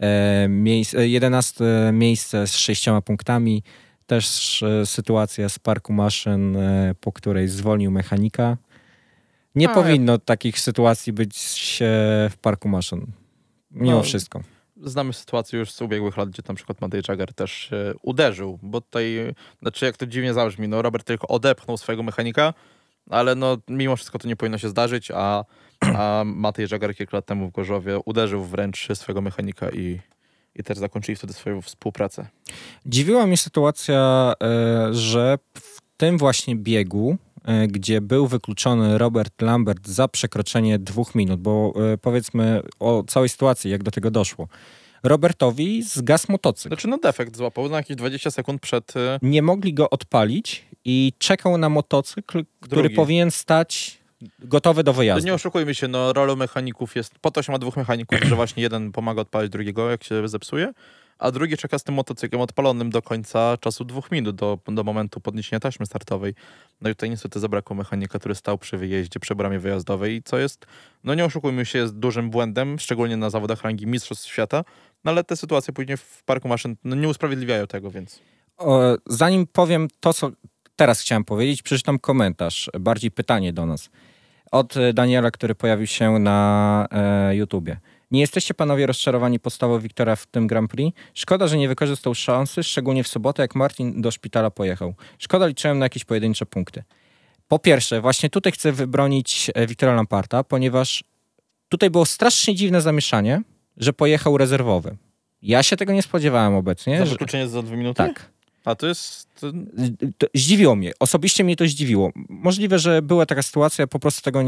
miejsce z 6 punktami. Też sytuacja z parku maszyn, po której zwolnił mechanika. Nie powinno takich sytuacji być w parku maszyn. Mimo wszystko. Znamy sytuację już z ubiegłych lat, gdzie na przykład Matej Żagar też uderzył, bo tutaj, znaczy jak to dziwnie zabrzmi, no Robert tylko odepchnął swojego mechanika, ale no mimo wszystko to nie powinno się zdarzyć, a Matej Żagar kilka lat temu w Gorzowie uderzył wręcz swojego mechanika i też zakończyli wtedy swoją współpracę. Dziwiła mnie sytuacja, że w tym właśnie biegu, gdzie był wykluczony Robert Lambert za przekroczenie 2 minut, bo powiedzmy o całej sytuacji, jak do tego doszło. Robertowi zgasł motocykl. Znaczy no defekt złapał na jakieś 20 sekund przed... Nie mogli go odpalić i czekał na motocykl, który powinien stać gotowy do wyjazdu. Nie oszukujmy się, no rolą mechaników jest... Po to się ma 2 mechaników, że właśnie jeden pomaga odpalić drugiego, jak się zepsuje, a drugi czeka z tym motocyklem odpalonym do końca czasu 2 minut, do momentu podniesienia taśmy startowej. No i tutaj niestety zabrakło mechanika, który stał przy wyjeździe, przy bramie wyjazdowej, co jest, no nie oszukujmy się, jest dużym błędem, szczególnie na zawodach rangi Mistrzostw Świata, no ale te sytuacje później w parku maszyn nie usprawiedliwiają tego, więc... Zanim powiem to, co teraz chciałem powiedzieć, przeczytam komentarz, bardziej pytanie do nas. Od Daniela, który pojawił się na YouTubie. Nie jesteście panowie rozczarowani postawą Wiktora w tym Grand Prix? Szkoda, że nie wykorzystał szansy, szczególnie w sobotę, jak Martin do szpitala pojechał. Szkoda, liczyłem na jakieś pojedyncze punkty. Po pierwsze, właśnie tutaj chcę wybronić Wiktora Lamparta, ponieważ tutaj było strasznie dziwne zamieszanie, że pojechał rezerwowy. Ja się tego nie spodziewałem obecnie. Za wykluczenie za 2 minuty? Tak. A to jest... To zdziwiło mnie. Osobiście mnie to zdziwiło. Możliwe, że była taka sytuacja, po prostu tego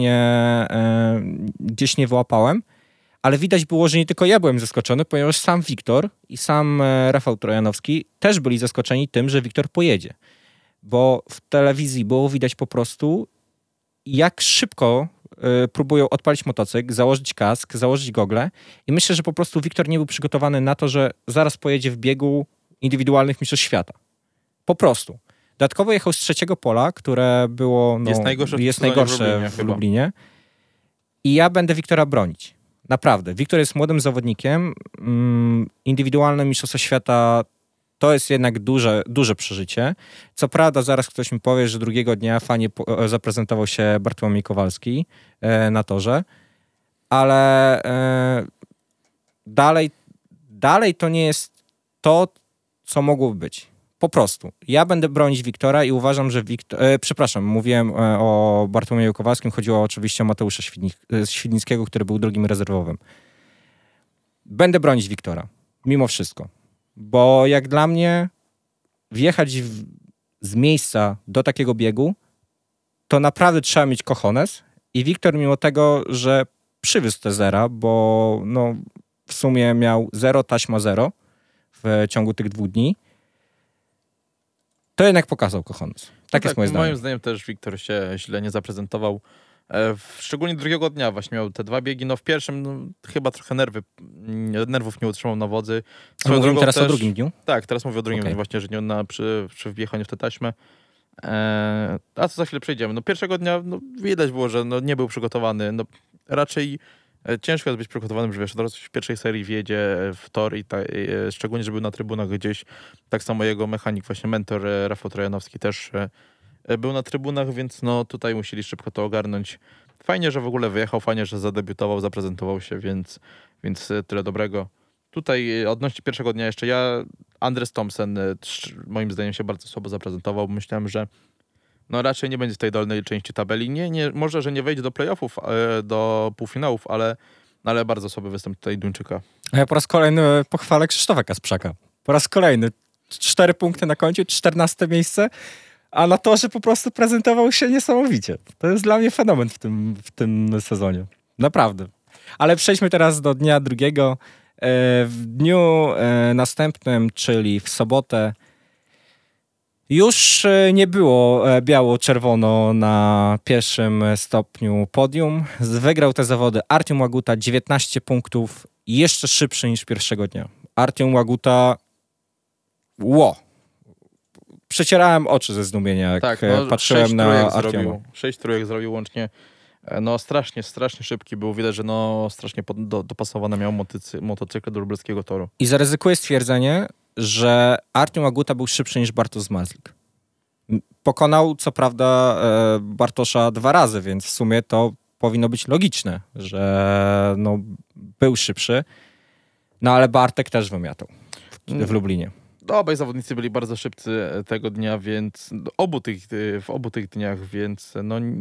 gdzieś nie wyłapałem. Ale widać było, że nie tylko ja byłem zaskoczony, ponieważ sam Wiktor i sam Rafał Trojanowski też byli zaskoczeni tym, że Wiktor pojedzie. Bo w telewizji było widać po prostu, jak szybko próbują odpalić motocykl, założyć kask, założyć gogle. I myślę, że po prostu Wiktor nie był przygotowany na to, że zaraz pojedzie w biegu indywidualnych mistrzostw świata. Po prostu. Dodatkowo jechał z trzeciego pola, które było jest najgorsze w Lublinie. I ja będę Wiktora bronić. Naprawdę. Wiktor jest młodym zawodnikiem. Indywidualne mistrzostwo świata to jest jednak duże przeżycie. Co prawda zaraz ktoś mi powie, że drugiego dnia fajnie zaprezentował się Bartłomiej Kowalski na torze, ale dalej to nie jest to, co mogłoby być. Po prostu. Ja będę bronić Wiktora i uważam, że mówiłem o Bartłomieju Kowalskim, chodziło oczywiście o Mateusza Świdnickiego, który był drugim rezerwowym. Będę bronić Wiktora, mimo wszystko. Bo jak dla mnie wjechać z miejsca do takiego biegu, to naprawdę trzeba mieć cojones i Wiktor mimo tego, że przywiózł te zera, bo w sumie miał 0, taśma 0 w ciągu tych 2 dni, to jednak pokazał cojones. Tak jest moje zdanie. Moim zdaniem też Wiktor się źle nie zaprezentował. Szczególnie drugiego dnia właśnie miał te 2 biegi. W pierwszym chyba trochę nerwów nie utrzymał na wodzy. Mówimy teraz o drugim dniu? Tak, teraz mówię o drugim dniu właśnie, że nie przy wjechaniu w tę taśmę. A co za chwilę przejdziemy. Pierwszego dnia widać było, że nie był przygotowany. Raczej ciężko jest być przygotowanym, że wiesz, od razu w pierwszej serii wjedzie w tor i szczególnie, że był na trybunach gdzieś. Tak samo jego mechanik, właśnie mentor Rafał Trojanowski też był na trybunach, więc tutaj musieli szybko to ogarnąć. Fajnie, że w ogóle wyjechał, fajnie, że zadebiutował, zaprezentował się, więc tyle dobrego. Tutaj odnośnie pierwszego dnia jeszcze Andres Thompson moim zdaniem się bardzo słabo zaprezentował. Myślałem, że no raczej nie będzie w tej dolnej części tabeli. Nie, może, że nie wejdzie do playoffów, do półfinałów, ale bardzo słaby występ tutaj Duńczyka. A ja po raz kolejny pochwalę Krzysztofa Kasprzaka. Po raz kolejny. 4 punkty na koncie, 14 miejsce, a na to, że po prostu prezentował się niesamowicie. To jest dla mnie fenomen w tym sezonie. Naprawdę. Ale przejdźmy teraz do dnia drugiego. W dniu następnym, czyli w sobotę, już nie było biało-czerwono na pierwszym stopniu podium. Wygrał te zawody Artiom Łaguta, 19 punktów, jeszcze szybszy niż pierwszego dnia. Artiom Łaguta, przecierałem oczy ze zdumienia, jak patrzyłem na Artioma. 6 trójek zrobił łącznie. No strasznie szybki był. Widać, że strasznie dopasowane miał motocykl do lubelskiego toru. I zaryzykuję stwierdzenie, że Artiom Łaguta był szybszy niż Bartosz Zmarzlik. Pokonał co prawda Bartosza 2 razy, więc w sumie to powinno być logiczne, że był szybszy. No ale Bartek też wymiatał w Lublinie. Obaj zawodnicy byli bardzo szybcy tego dnia, więc w obu tych dniach, więc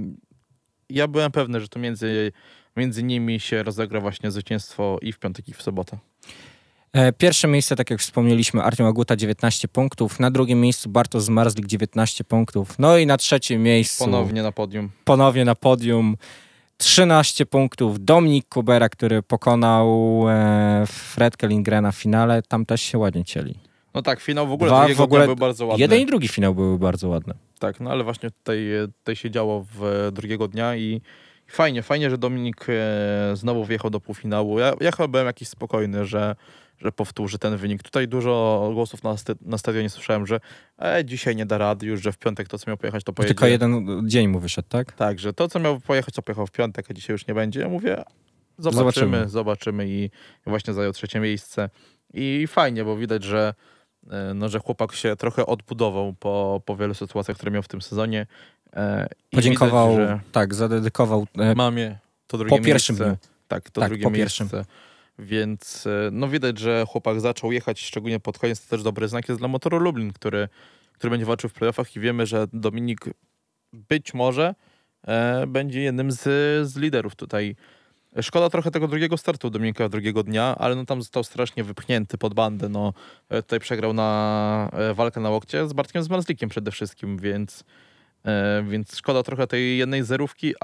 ja byłem pewny, że to między nimi się rozegra właśnie zwycięstwo i w piątek, i w sobotę. Pierwsze miejsce, tak jak wspomnieliśmy, Artiom Łaguta 19 punktów. Na drugim miejscu Bartosz Zmarzlik 19 punktów. No i na trzecim miejscu... Ponownie na podium. 13 punktów. Dominik Kubera, który pokonał Fredkę Lindgrena w finale. Tam też się ładnie cieli. No tak, finał w ogóle był bardzo ładny. Jeden i drugi finał były bardzo ładne. Tak, no ale właśnie tutaj się działo w drugiego dnia i fajnie, że Dominik znowu wjechał do półfinału. Ja chyba byłem jakiś spokojny, że powtórzy ten wynik. Tutaj dużo głosów na stadionie słyszałem, że dzisiaj nie da rady już, że w piątek to, co miał pojechać, to pojedzie. Tylko jeden dzień mu wyszedł, tak? Tak, że to, co miał pojechać, to pojechał w piątek, a dzisiaj już nie będzie. Ja mówię, zobaczymy i właśnie zajął trzecie miejsce. I fajnie, bo widać, że chłopak się trochę odbudował po wielu sytuacjach, które miał w tym sezonie. Podziękował, widać, zadedykował mamie to drugie po miejsce. Pierwszym dniu. Tak, to drugie miejsce. Więc widać, że chłopak zaczął jechać, szczególnie pod koniec. To też dobry znak jest dla Motoru Lublin, który będzie walczył w playoffach i wiemy, że Dominik być może będzie jednym z liderów tutaj. Szkoda trochę tego drugiego startu Dominika drugiego dnia, ale tam został strasznie wypchnięty pod bandę. Tutaj przegrał na walkę na łokcie z Bartkiem Zmarzlikiem przede wszystkim, więc szkoda trochę tej jednej zerówki,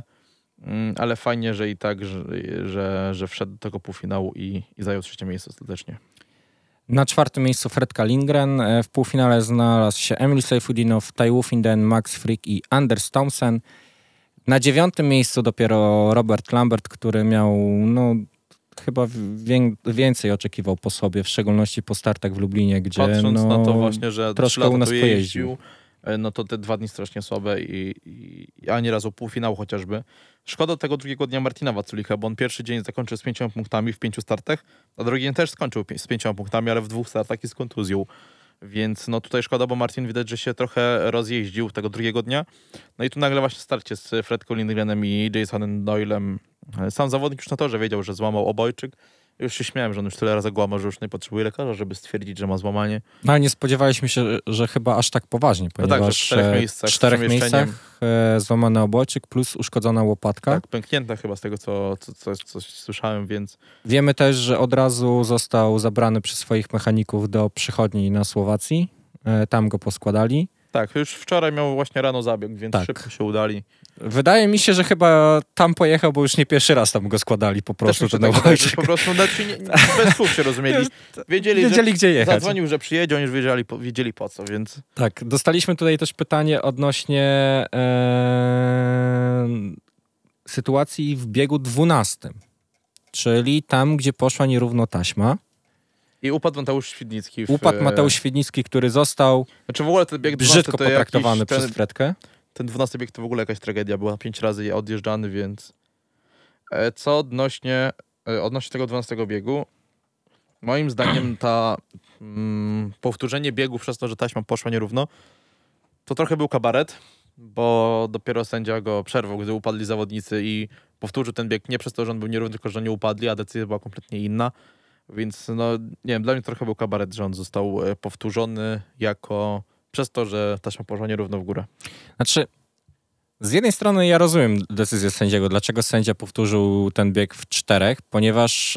ale fajnie, że i tak, że wszedł do tego półfinału i zajął trzecie miejsce ostatecznie. Na czwartym miejscu Fredka Lindgren. W półfinale znalazł się Emil Seyfudinow, Tai Finden, Max Frick i Anders Townsend. Na 9. miejscu dopiero Robert Lambert, który miał chyba więcej oczekiwał po sobie, w szczególności po startach w Lublinie, gdzie patrząc na to właśnie, że troszkę u nas pojeździł. No to te 2 dni strasznie słabe i ani razu półfinału chociażby. Szkoda tego drugiego dnia Martina Waculika, bo on pierwszy dzień zakończył z 5 punktami w 5 startach, a drugi dzień też skończył z 5 punktami, ale w 2 startach i z kontuzją. Więc tutaj szkoda, bo Martin widać, że się trochę rozjeździł tego drugiego dnia. No i tu nagle właśnie starcie z Fredką Lindgrenem i Jasonem Doylem. Sam zawodnik już na torze wiedział, że złamał obojczyk. Już się śmiałem, że on już tyle razy głamał, że już nie potrzebuje lekarza, żeby stwierdzić, że ma złamanie. No ale nie spodziewaliśmy się, że chyba aż tak poważnie, ponieważ w 4 miejscach złamany obojczyk plus uszkodzona łopatka. Tak, pęknięta chyba z tego, co słyszałem, więc... Wiemy też, że od razu został zabrany przez swoich mechaników do przychodni na Słowacji. Tam go poskładali. Tak, już wczoraj miał właśnie rano zabieg, więc szybko się udali. Wydaje mi się, że chyba tam pojechał, bo już nie pierwszy raz tam go składali po prostu. Po prostu bez słów się rozumieli. Wiedzieli gdzie jechać. Zadzwonił, że przyjedzie, oni już wiedzieli po co, więc... Tak, dostaliśmy tutaj też pytanie odnośnie sytuacji w biegu 12, czyli tam, gdzie poszła nierówno taśma. I upadł Mateusz Świdnicki. Upadł Mateusz Świdnicki, który został w ogóle ten bieg brzydko potraktowany przez Fredkę. Ten 12 bieg to w ogóle jakaś tragedia była. 5 razy odjeżdżany, więc... Co odnośnie tego 12 biegu, moim zdaniem powtórzenie biegu przez to, że taśma poszła nierówno, to trochę był kabaret, bo dopiero sędzia go przerwał, gdy upadli zawodnicy i powtórzył ten bieg nie przez to, że on był nierówny, tylko że nie upadli, a decyzja była kompletnie inna. Więc nie wiem, dla mnie trochę był kabaret, że on został powtórzony jako przez to, że taśma poszła nierówno w górę. Znaczy, z jednej strony ja rozumiem decyzję sędziego, dlaczego sędzia powtórzył ten bieg w 4, ponieważ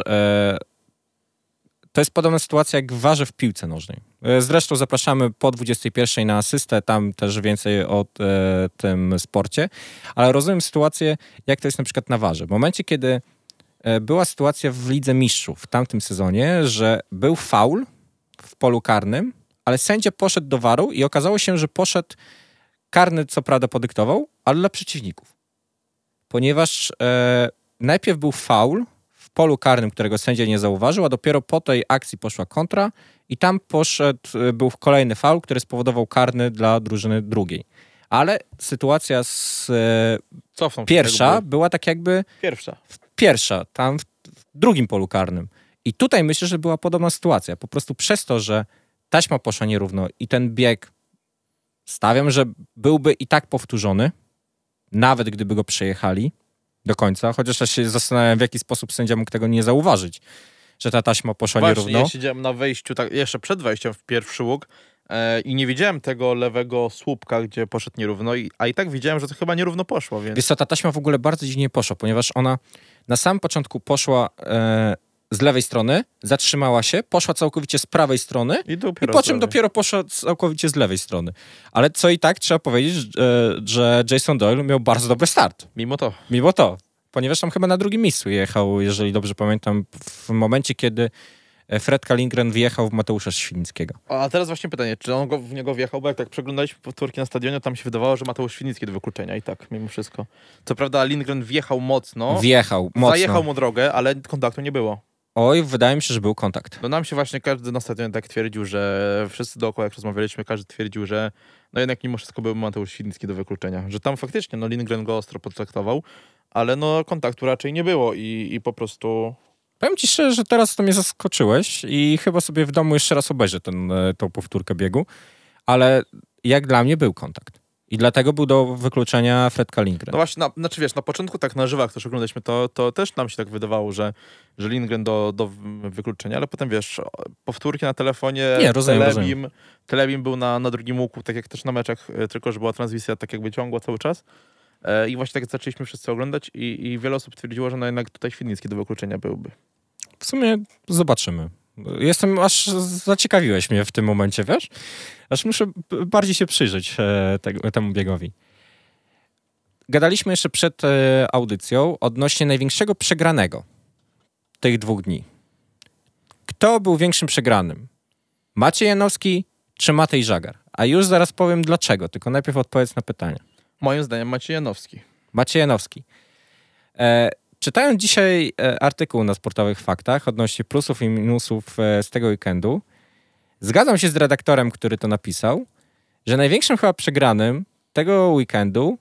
to jest podobna sytuacja jak w warze w piłce nożnej. Zresztą zapraszamy po 21 na asystę, tam też więcej o tym sporcie, ale rozumiem sytuację, jak to jest na przykład na warze. W momencie, kiedy była sytuacja w Lidze Mistrzów w tamtym sezonie, że był faul w polu karnym, ale sędzia poszedł do waru i okazało się, że poszedł karny, co prawda podyktował, ale dla przeciwników. Ponieważ najpierw był faul w polu karnym, którego sędzia nie zauważył, a dopiero po tej akcji poszła kontra i tam był kolejny faul, który spowodował karny dla drużyny drugiej. Ale sytuacja pierwsza była tak jakby... Pierwsza, tam w drugim polu karnym. I tutaj myślę, że była podobna sytuacja. Po prostu przez to, że taśma poszła nierówno i ten bieg stawiam, że byłby i tak powtórzony, nawet gdyby go przejechali do końca, chociaż ja się zastanawiam, w jaki sposób sędzia mógł tego nie zauważyć, że ta taśma poszła nierówno. Ja siedziałem na wejściu, tak, jeszcze przed wejściem w pierwszy łuk i nie widziałem tego lewego słupka, gdzie poszedł nierówno, a i tak widziałem, że to chyba nierówno poszło. Więc... Wiesz co, ta taśma w ogóle bardzo dziwnie poszła, ponieważ ona na samym początku poszła z lewej strony, zatrzymała się, poszła całkowicie z prawej strony i po czym dopiero poszła całkowicie z lewej strony. Ale co i tak trzeba powiedzieć, że Jason Doyle miał bardzo dobry start. Mimo to. Ponieważ tam chyba na drugim miejscu jechał, jeżeli dobrze pamiętam, w momencie, kiedy Fredka Lindgren wjechał w Mateusza Świdnickiego. A teraz właśnie pytanie, czy on w niego wjechał, bo jak tak przeglądaliśmy powtórki na stadionie, tam się wydawało, że Mateusz Świdnicki do wykluczenia i tak, mimo wszystko. Co prawda Lindgren wjechał mocno. Zajechał mu drogę, ale kontaktu nie było. Oj, wydaje mi się, że był kontakt. No nam się właśnie każdy na stadionie tak twierdził, że wszyscy dookoła, jak rozmawialiśmy, każdy twierdził, że no jednak mimo wszystko był Mateusz Świdnicki do wykluczenia. Że tam faktycznie, no Lindgren go ostro potraktował, ale no kontaktu raczej nie było i po prostu... Powiem ci szczerze, że teraz to mnie zaskoczyłeś i chyba sobie w domu jeszcze raz obejrzę tą powtórkę biegu, ale jak dla mnie był kontakt. I dlatego był do wykluczenia Fredka Lindgren. No właśnie, znaczy wiesz, na początku tak na żywo, jak też oglądaliśmy, to też nam się tak wydawało, że Lindgren do wykluczenia, ale potem wiesz, powtórki na telefonie, rozumiem. Telebim był na drugim łuku, tak jak też na meczach, tylko że była transmisja tak jakby ciągła cały czas. I właśnie tak zaczęliśmy wszyscy oglądać i wiele osób twierdziło, że no jednak tutaj Świdnicki do wykluczenia byłby. W sumie zobaczymy. Aż zaciekawiłeś mnie w tym momencie, wiesz? Aż muszę bardziej się przyjrzeć temu biegowi. Gadaliśmy jeszcze przed audycją odnośnie największego przegranego tych 2 dni. Kto był większym przegranym? Maciej Janowski czy Matej Żagar? A już zaraz powiem dlaczego, tylko najpierw odpowiedz na pytanie. Moim zdaniem Maciej Janowski. Maciej Janowski. Czytając dzisiaj artykuł na Sportowych Faktach odnośnie plusów i minusów z tego weekendu, zgadzam się z redaktorem, który to napisał, że największym chyba przegranym tego weekendu,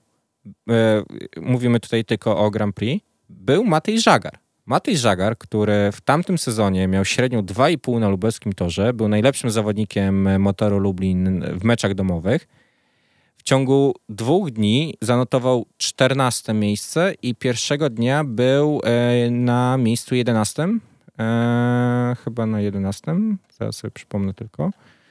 mówimy tutaj tylko o Grand Prix, był Matej Żagar. Matej Żagar, który w tamtym sezonie miał średnią 2,5 na lubelskim torze, był najlepszym zawodnikiem Motoru Lublin w meczach domowych. W ciągu 2 dni zanotował 14 miejsce i pierwszego dnia był na miejscu 11. Chyba na 11. Zaraz sobie przypomnę tylko.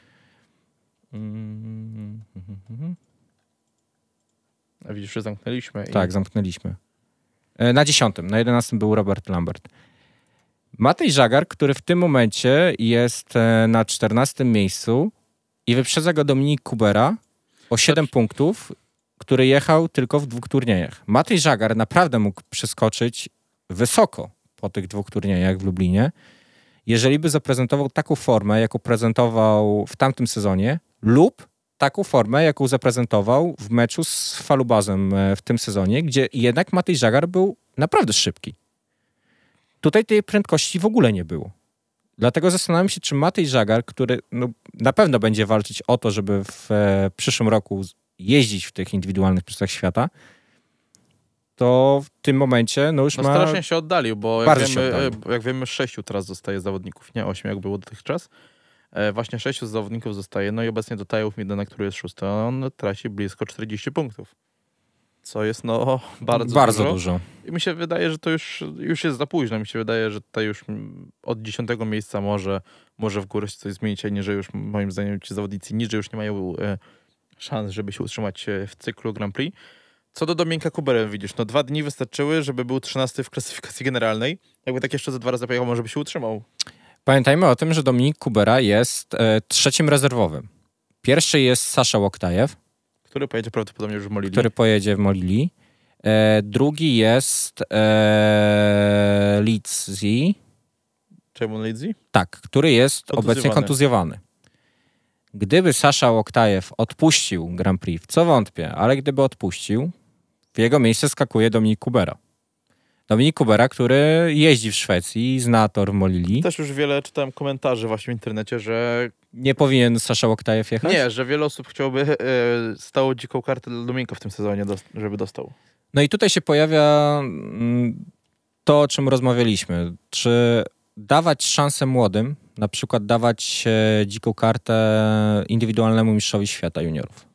A widzisz, że zamknęliśmy. Tak, zamknęliśmy. Na 10. Na 11 był Robert Lambert. Matej Żagar, który w tym momencie jest na 14 miejscu i wyprzedza go Dominik Kubera o 7 punktów, który jechał tylko w 2 turniejach. Matej Żagar naprawdę mógł przeskoczyć wysoko po tych 2 turniejach w Lublinie, jeżeli by zaprezentował taką formę, jaką prezentował w tamtym sezonie, lub taką formę, jaką zaprezentował w meczu z Falubazem w tym sezonie, gdzie jednak Matej Żagar był naprawdę szybki. Tutaj tej prędkości w ogóle nie było. Dlatego zastanawiam się, czy Matej Żagar, który na pewno będzie walczyć o to, żeby w przyszłym roku jeździć w tych indywidualnych mistrzostwach świata, to w tym momencie już ma... strasznie się oddalił, bo jak wiemy 6 teraz zostaje zawodników, nie 8 jak było dotychczas. Właśnie 6 zawodników zostaje, no i obecnie do Tajów Midena, który jest 6, on traci blisko 40 punktów. Co jest bardzo dużo. I mi się wydaje, że to już jest za późno. Mi się wydaje, że tutaj już od 10 miejsca może w górę się coś zmienić, a nie, że już moim zdaniem ci zawodnicy niżej już nie mają szans, żeby się utrzymać w cyklu Grand Prix. Co do Dominika Kubery, widzisz, 2 dni wystarczyły, żeby był 13 w klasyfikacji generalnej. Jakby tak jeszcze za 2 razy pojechał, może by się utrzymał. Pamiętajmy o tym, że Dominik Kubera jest trzecim rezerwowym. Pierwszy jest Sasza Łoktajew, Który pojedzie prawdopodobnie już w Molili. który pojedzie w Molili. Drugi jest Lidzi. Czemu Lidzi? Tak, który jest Kontuzjowany. obecnie kontuzjowany. Gdyby Sasza Łoktajew odpuścił Grand Prix, w co wątpię, ale gdyby odpuścił, w jego miejsce skakuje Dominik Kubera. Dominik Kubera, który jeździ w Szwecji, zna tor w Molili. Też już wiele czytałem komentarzy właśnie w internecie, że Nie powinien Sasza Łoktajew jechać? nie, że wiele osób chciałoby stało dziką kartę dla Dominika w tym sezonie, żeby dostał. No i tutaj się pojawia to, o czym rozmawialiśmy. Czy dawać szansę młodym, na przykład dawać dziką kartę indywidualnemu mistrzowi świata juniorów?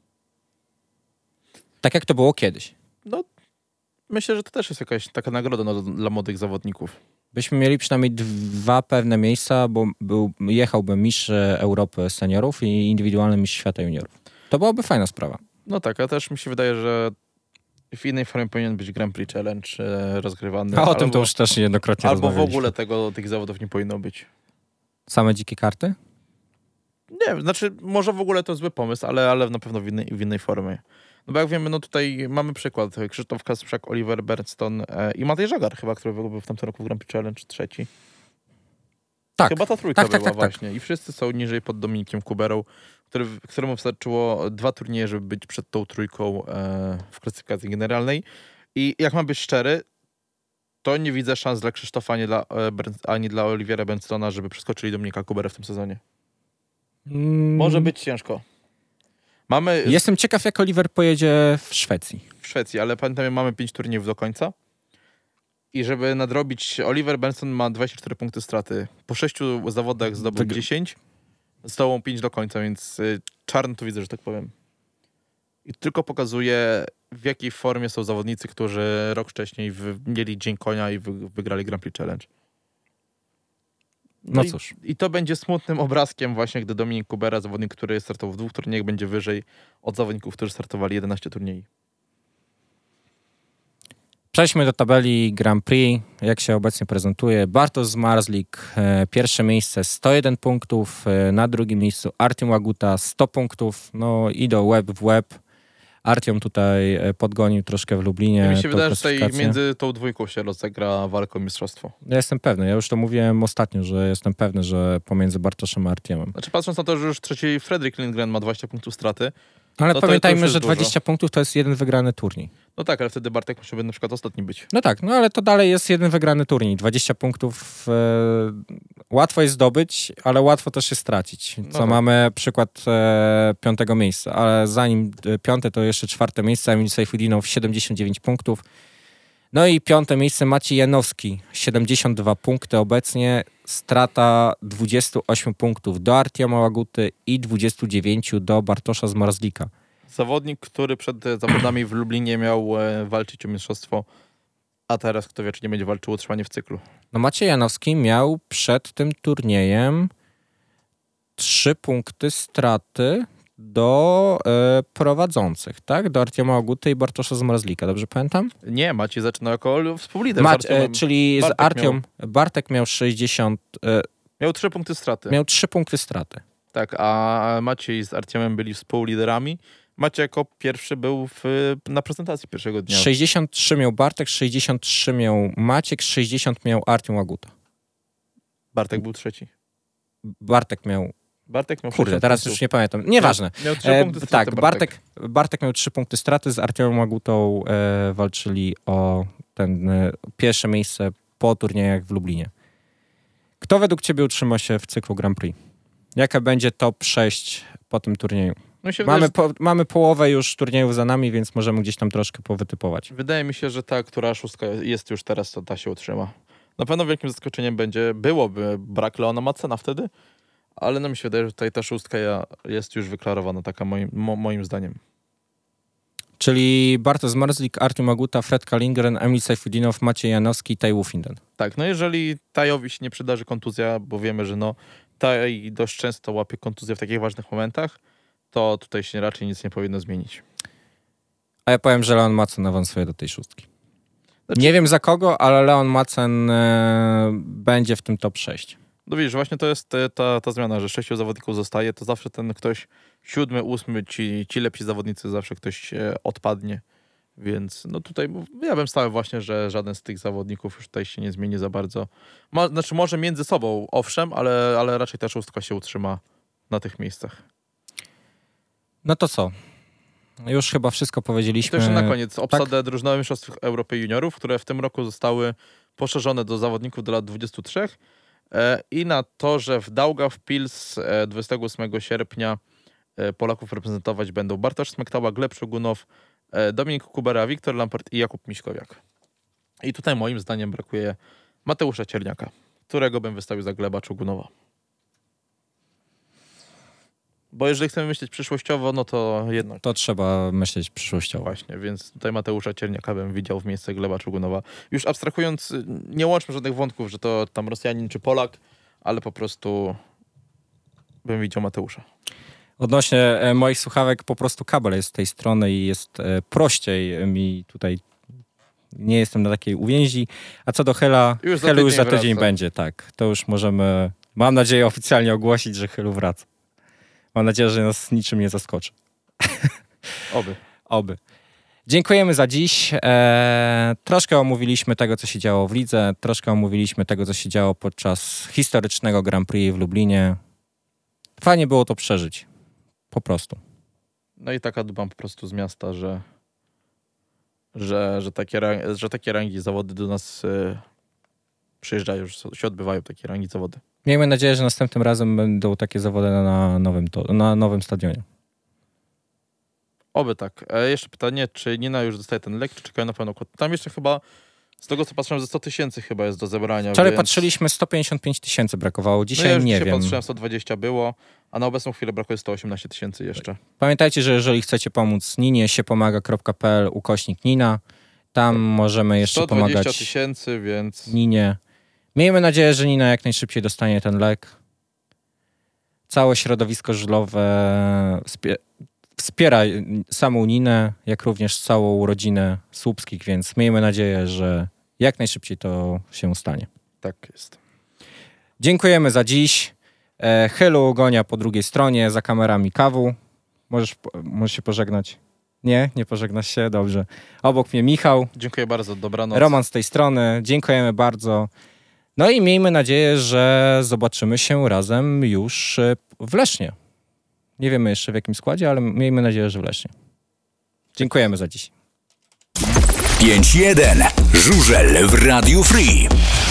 Tak jak to było kiedyś. No, myślę, że to też jest jakaś taka nagroda dla młodych zawodników. Byśmy mieli przynajmniej 2 pewne miejsca, bo jechałby mistrz Europy seniorów i indywidualny mistrz świata juniorów. To byłaby fajna sprawa. No tak, a też mi się wydaje, że w innej formie powinien być Grand Prix Challenge rozgrywany. A o tym to już też niejednokrotnie Albo w rozmawialiśmy. ogóle tych zawodów nie powinno być. Same dzikie karty? Nie, znaczy może w ogóle to zły pomysł, ale na pewno w innej formie. No bo jak wiemy, no tutaj mamy przykład. Krzysztof Kasprzak, Oliver Bernstone i Matej Żagar chyba, który był w tamtym roku w Grand Prix Challenge trzeci. Tak. Chyba ta trójka Tak. była właśnie. I wszyscy są niżej pod Dominikiem Kuberą, któremu wystarczyło 2 turnieje, żeby być przed tą trójką w klasyfikacji generalnej. I jak mam być szczery, to nie widzę szans dla Krzysztofa ani dla Olivera Bernstona, żeby przeskoczyli Dominika Kuberę w tym sezonie. Może być ciężko. Jestem ciekaw, jak Oliver pojedzie w Szwecji. W Szwecji, ale pamiętam, mamy 5 turniejów do końca. I żeby nadrobić, Oliver Benson ma 24 punkty straty. Po 6 zawodach zdobył 10, z tobą 5 do końca, więc czarno tu widzę, że tak powiem. I tylko pokazuje, w jakiej formie są zawodnicy, którzy rok wcześniej mieli Dzień Konia i wygrali Grand Prix Challenge. No cóż. I to będzie smutnym obrazkiem właśnie, gdy Dominik Kubera, zawodnik, który startował w 2 turniejach, będzie wyżej od zawodników, którzy startowali 11 turniej. Przejdźmy do tabeli Grand Prix, jak się obecnie prezentuje. Bartosz Zmarzlik, pierwsze miejsce 101 punktów, na drugim miejscu Artiom Łaguta 100 punktów, no idą łeb w łeb. Artiom tutaj podgonił troszkę w Lublinie. Mi się wydaje, że tutaj między tą dwójką się rozegra walka o mistrzostwo. Ja jestem pewny, ja już to mówiłem ostatnio, że jestem pewny, że pomiędzy Bartoszem a Artiomem. Znaczy patrząc na to, że już trzeci Fredrik Lindgren ma 20 punktów straty. Ale to pamiętajmy, już że jest 20 punktów to jest jeden wygrany turniej. No tak, ale wtedy Bartek musiałby na przykład ostatni być. No tak, no ale to dalej jest jeden wygrany turniej. 20 punktów łatwo jest zdobyć, ale łatwo też się stracić. Co tak. mamy przykład 5. miejsca, ale zanim 5. to jeszcze 4. miejsce Emil Sejfudinow 79 punktów. No i 5. miejsce Maciej Janowski 72 punkty obecnie. Strata 28 punktów do Artioma Łaguty i 29 do Bartosza Zmarzlika. Zawodnik, który przed zawodami w Lublinie miał walczyć o mistrzostwo, a teraz kto wie, czy nie będzie walczył o utrzymanie w cyklu. No Maciej Janowski miał przed tym turniejem 3 punkty straty do prowadzących, tak? Do Artioma Łaguty i Bartosza Zmarzlika, dobrze pamiętam? Nie, Maciej zaczyna jako współlider. Czyli z Artiom Bartek miał 60... miał 3 punkty straty. Miał 3 punkty straty. Tak, a Maciej z Artiomem byli współliderami. Maciej jako pierwszy był na prezentacji pierwszego dnia. 63 miał Bartek, 63 miał Maciek, 60 miał Artiom Łaguta. Bartek był trzeci. Bartek miał... Kurde, teraz punktów. już nie pamiętam. Nieważne. Miał 3 punkty straty. Tak, Bartek miał 3 punkty straty, z Artiomem Łagutą walczyli o ten pierwsze miejsce po turniejach w Lublinie. Kto według ciebie utrzyma się w cyklu Grand Prix? Jaka będzie top 6 po tym turnieju? No Mamy połowę już turniejów za nami, więc możemy gdzieś tam troszkę powytypować. Wydaje mi się, że ta, która szóstka jest już teraz, to ta się utrzyma. Na pewno wielkim zaskoczeniem byłoby brak Leona Madsena wtedy, ale no mi się wydaje, że tutaj ta szóstka jest już wyklarowana taka moim zdaniem. Czyli Bartosz Marzlik, Artur Maguta, Fred Kalingren, Emil Sajfudinow, Maciej Janowski, Taj Wufinden. Tak, no jeżeli Tajowi się nie przydarzy kontuzja, bo wiemy, że Taj dość często łapie kontuzję w takich ważnych momentach, to tutaj się raczej nic nie powinno zmienić. A ja powiem, że Leon Madsen awansuje do tej szóstki. Znaczy... Nie wiem za kogo, ale Leon Madsen będzie w tym top 6. No widzisz, właśnie to jest ta zmiana, że 6 zawodników zostaje, to zawsze ten ktoś 7, 8, ci lepsi zawodnicy, zawsze ktoś odpadnie. Więc no tutaj ja bym stał właśnie, że żaden z tych zawodników już tutaj się nie zmieni za bardzo. Znaczy może między sobą, owszem, ale raczej ta szóstka się utrzyma na tych miejscach. No to co? Już chyba wszystko powiedzieliśmy. To jeszcze na koniec. Obsadę drużynowych mistrzostw Europy Juniorów, które w tym roku zostały poszerzone do zawodników do lat 23 i na to, że w Daugavpils 28 sierpnia Polaków reprezentować będą Bartosz Smektała, Gleb Szugunow, Dominik Kubera, Wiktor Lampert i Jakub Miśkowiak. I tutaj moim zdaniem brakuje Mateusza Cierniaka, którego bym wystawił za Gleba Szugunowa. Bo jeżeli chcemy myśleć przyszłościowo, no to jednak... To trzeba myśleć przyszłościowo. Właśnie, więc tutaj Mateusza Cierniaka bym widział w miejsce Gleba Szugunowa. Już abstrahując, nie łączmy żadnych wątków, że to tam Rosjanin czy Polak, ale po prostu bym widział Mateusza. Odnośnie moich słuchawek, po prostu kabel jest z tej strony i jest prościej mi tutaj. Nie jestem na takiej uwięzi. A co do Hyla, Hylu już za tydzień będzie, tak. To już możemy, mam nadzieję, oficjalnie ogłosić, że Hylu wraca. Mam nadzieję, że nas niczym nie zaskoczy. Oby. Dziękujemy za dziś. Troszkę omówiliśmy tego, co się działo w lidze. Troszkę omówiliśmy tego, co się działo podczas historycznego Grand Prix w Lublinie. Fajnie było to przeżyć. Po prostu. No i taka dbam po prostu z miasta, że takie rangi zawody do nas przyjeżdżają, że się odbywają takie rangi zawody. Miejmy nadzieję, że następnym razem będą takie zawody na nowym stadionie. Oby tak. Jeszcze pytanie, czy Nina już dostaje ten lek, czy czekają na pełną kwotę? Tam jeszcze chyba, z tego co patrzyłem, ze 100 000 chyba jest do zebrania. Wczoraj patrzyliśmy, 155 000 brakowało. Dzisiaj no nie wiem. Patrzyłem, 120 było, a na obecną chwilę brakuje 118 000 jeszcze. Pamiętajcie, że jeżeli chcecie pomóc Ninie, siepomaga.pl/Nina. Tam możemy jeszcze pomagać 120 000, więc... Ninie. Miejmy nadzieję, że Nina jak najszybciej dostanie ten lek. Całe środowisko żużlowe wspiera samą Ninę, jak również całą rodzinę Słupskich, więc miejmy nadzieję, że jak najszybciej to się stanie. Tak jest. Dziękujemy za dziś. Hylu Gonia po drugiej stronie, za kamerami Kawu. Możesz się pożegnać? Nie pożegnasz się? Dobrze. Obok mnie Michał. Dziękuję bardzo, dobranoc. Roman z tej strony. Dziękujemy bardzo. No i miejmy nadzieję, że zobaczymy się razem już w Lesznie. Nie wiemy jeszcze w jakim składzie, ale miejmy nadzieję, że w Lesznie. Dziękujemy za dziś. 5-1. Żużel w Radiu Free.